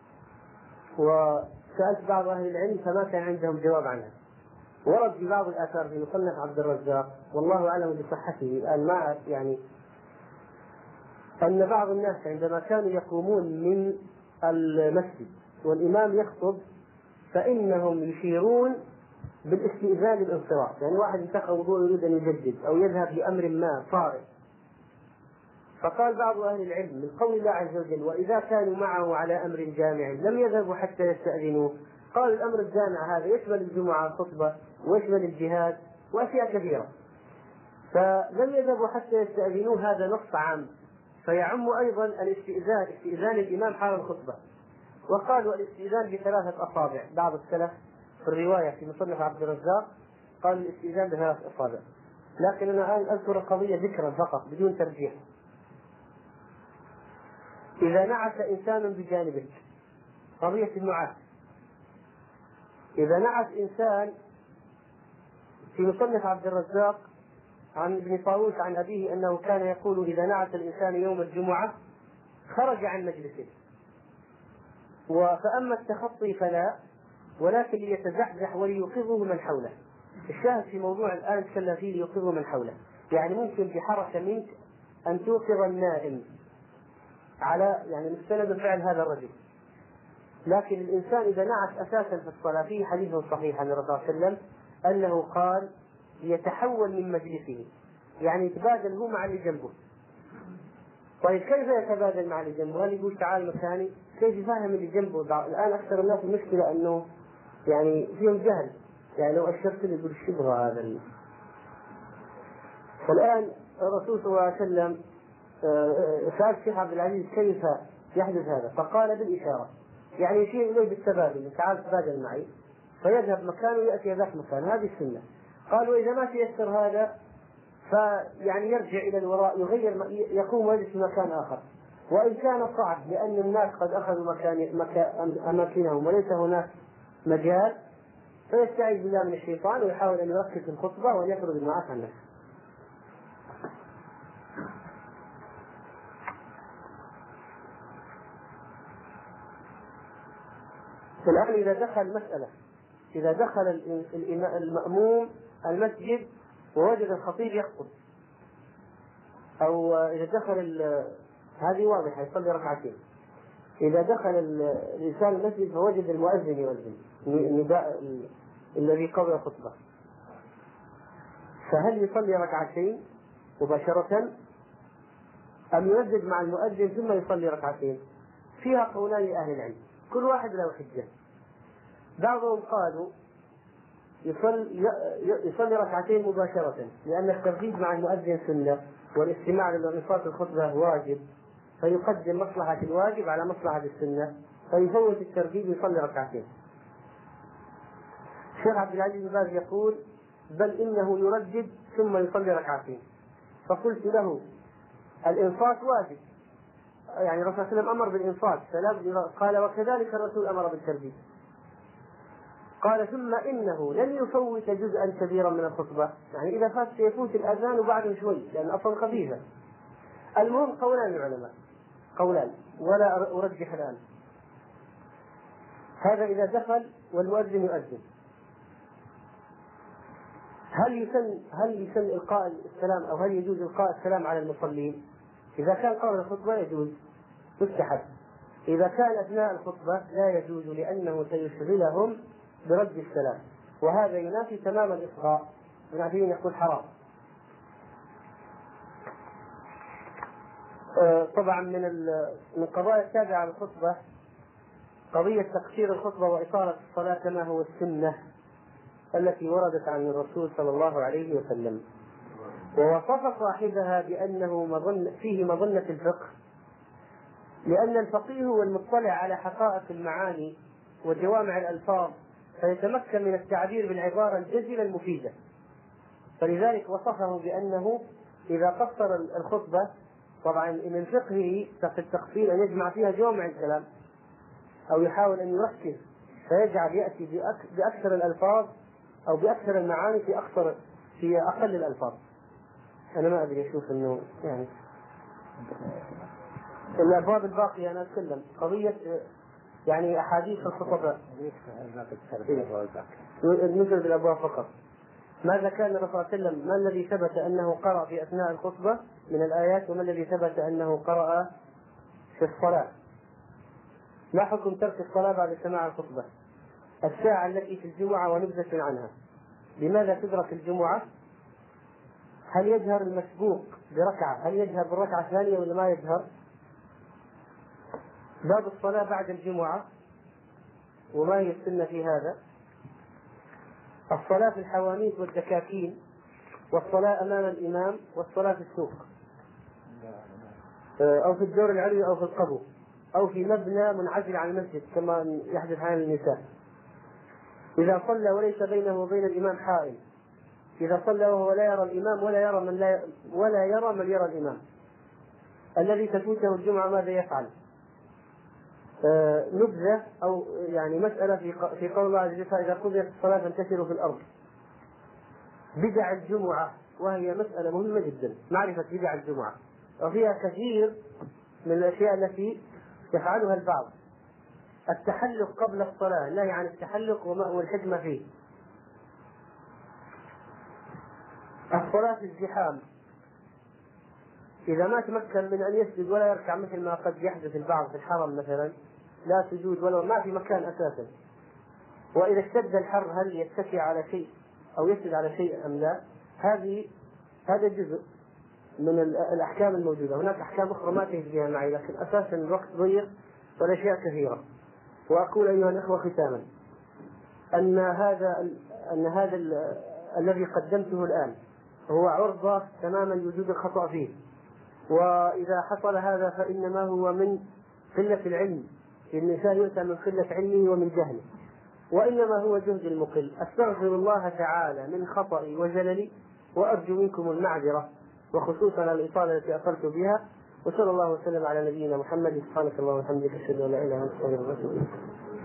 وسألت بعض أهل العلم فما كان عندهم جواب عنها. ورد في بعض الآثار في مصنف عبد الرزاق والله أعلم بصحته الآن ما يعني، أن بعض الناس عندما كانوا يقومون من المسجد والإمام يخطب فإنهم يشيرون بالاستئذان الانصراف، يعني واحد انتهى وضوء يريد أن يجدد أو يذهب لأمر ما طارئ. فقال بعض أهل العلم من قول الله عز وجل وإذا كانوا معه على أمر جامع لم يذهبوا حتى يستأذنوه، قال الأمر الجامع هذا يشمل الجمعة الخطبة ويشمل الجهاد وأشياء كثيرة، فلم يذهبوا حتى يستأذنوه هذا نص عام فيعم أيضا الاستئذان، استئذان الإمام حال الخطبة. وقالوا الاستئذان بثلاثة أصابع، بعض السلف في الرواية في مصنف عبد الرزاق قال الاستئذان بثلاثة أصابع، لكن أنا الآن أذكر القضية ذكرا فقط بدون ترجيح. إذا نعس إنسان بجانبك، قضية النعاس، إذا نعس إنسان في مصنف عبد الرزاق عن ابن طاووس عن أبيه أنه كان يقول إذا نعس الإنسان يوم الجمعة خرج عن مجلسه، فأما التخطي فلا، ولكن ليتزحزح وليوقظه من حوله. الشاهد في موضوع الآن تكلم فيه ليوقظه من حوله، يعني ممكن بحركة منك أن توقظ النائم على يعني مستند فعل هذا الرجل. لكن الإنسان إذا نعس أساسا في الصلاة فيه حديث صحيح عن الرسول صلى الله عليه وسلم أنه قال يتحول من مجلسه، يعني يتبادل هو مع اللي جنبه. طيب كيف يتبادل مع اللي جنبه؟ هل يقول تعال مكاني؟ كيف يفهم اللي جنبه؟ الآن أكثر الناس المشكلة أنه يعني فيهم جهل، يعني لو أشرت له يقول شبه هذا ال... فالآن الرسول صلى الله عليه وسلم سأل الشيخ عبد العزيز كيف يحدث هذا، فقال بالإشارة، يعني يشير إليه بالتبادل، تعال تبادل معي، فيذهب مكانه ويأتي ذاك مكان، هذه السنة. قال وإذا ما تيسر هذا فيعني يرجع إلى الوراء، يغير يقوم ويجلس في مكان آخر، وإن كان صعب لأن الناس قد أخذوا مكان مكان أماكنهم وليس هناك مجال فيستعيذ بالله من الشيطان ويحاول أن يركز في الخطبة وأن يخرج المعاصي عن نفسه. الآن إذا دخل مسألة، إذا دخل المأموم المسجد ووجد الخطيب يخطب، أو إذا دخل هذه واضحة يصلي ركعتين، إذا دخل الإنسان المسجد فوجد المؤذن يؤذن النداء الذي قبل الخطبة، فهل يصلي ركعتين مباشرة أم يردد مع المؤذن ثم يصلي ركعتين؟ فيها قولان لأهل العلم كل واحد له حجة. بعضهم قالوا يصلي, يصلي ركعتين مباشرة لأن الترديد مع المؤذن سنة والاستماع للانصات الخطبة واجب، فيقدم مصلحة الواجب على مصلحة السنة فيفوت الترديد ويصلي ركعتين. الشيخ عبد العزيز بن باز يقول بل إنه يردد ثم يصلي ركعتين، فقلت له الإنصات واجب يعني الرسول صلى الله عليه وسلم أمر بالإنصات، قال وكذلك الرسول أمر بالتربية. قال ثم إنه لن يفوت جزءا كبيرا من الخطبة، يعني إذا فات سيفوت الأذان وبعده شوي لأن أصلا خفيفة. المهم قولان العلماء، قولان ولا أرجح الآن. هذا إذا دخل والمؤذن يؤذن، هل يسن هل يسن إلقاء السلام أو هل يجوز إلقاء السلام على المصلين؟ إذا كان قبل الخطبة يجوز مستحب، إذا كان أثناء الخطبة لا يجوز لأنه سيشغلهم برد السلام، وهذا ينافي تمام الإصغاء، ينافي يقول حرام. طبعا من من القضايا التابعة للخطبة قضية تقصير الخطبة وإطالة الصلاة كما هو السنة التي وردت عن الرسول صلى الله عليه وسلم، ووصف صاحبها بأنه مظن فيه مظنة الفقه، لأن الفقيه هو المطلع على حقائق المعاني وجوامع الألفاظ فيتمكن من التعبير بالعبارة الجزلة المفيدة، فلذلك وصفه بأنه إذا قصر الخطبة، طبعا من فقهه في التقصير أن يجمع فيها جوامع الكلام أو يحاول أن يركز فيجعل يأتي بأكثر الألفاظ أو بأكثر المعاني في أكثر في أقل الألفاظ. أنا ما أدري أشوف إنه يعني الأبواب الباقية أنا أتكلم قضية يعني أحاديث الخطباء نزل بالأبواب فقط. ماذا كان الرسول صلى الله عليه وسلم؟ ما الذي ثبت أنه قرأ في أثناء الخطبة من الآيات، وما الذي ثبت أنه قرأ في الصلاة؟ ما حكم ترك الصلاة بعد سماع الخطبة؟ الساعة التي في الجمعة ونبذة عنها، لماذا تدرك الجمعة؟ هل يجهر المسبوق بركعة؟ هل يجهر بالركعة الثانية ولا ما يجهر؟ باب الصلاة بعد الجمعة وما هي السنة في هذا؟ الصلاة في الحوانيت والدكاكين، والصلاة أمام الإمام، والصلاة في السوق أو في الدور العلوي أو في القبو أو في مبنى منعزل عن المسجد كما يحدث عن النساء، إذا صلى وليس بينه وبين الإمام حائل، إذا صلى وهو لا يرى الإمام ولا يرى من لا ولا يرى من يرى الإمام، الذي تفوته الجمعة ماذا يفعل؟ آه نبذة أو يعني مسألة في في قول الله عز وجل إذا قضيت الصلاة فانتشروا في الأرض. بدع الجمعة، وهي مسألة مهمة جدا معرفة بدع الجمعة، وفيها كثير من الأشياء التي يفعلها البعض. التحلق قبل الصلاة، لا يعني التحلق والحكمة فيه. الصلاة في الزحام، إذا ما تمكن من أن يسجد ولا يركع مثل ما قد يحدث البعض في الحرم مثلا، لا سجود ولا ما في مكان أساسا، وإذا اشتد الحر هل يتكي على شيء أو يسجد على شيء أم لا؟ هذه هذا جزء من الأحكام الموجودة. هناك أحكام أخرى ما تجد بها معي، لكن أساسا الوقت ضيق والأشياء كثيرة. وأقول أيها الأخوة ختاما أن هذا أن هذا الذي قدمته الآن هو عرضة تماما لوجود الخطأ فيه، وإذا حصل هذا فإنما هو من قلة العلم، الإنسان يؤتى من قلة علمه ومن جهله، وإنما هو جهد المقل. أستغفر الله تعالى من خطئي وزللي، وأرجو منكم المعذرة وخصوصا الإطالة التي أصلت بها، وصلى الله وسلم على نبينا محمد. سبحانك اللهم وبحمدك أشهد أن لا إله إلا أنت أستغفرك وأتوب إليك.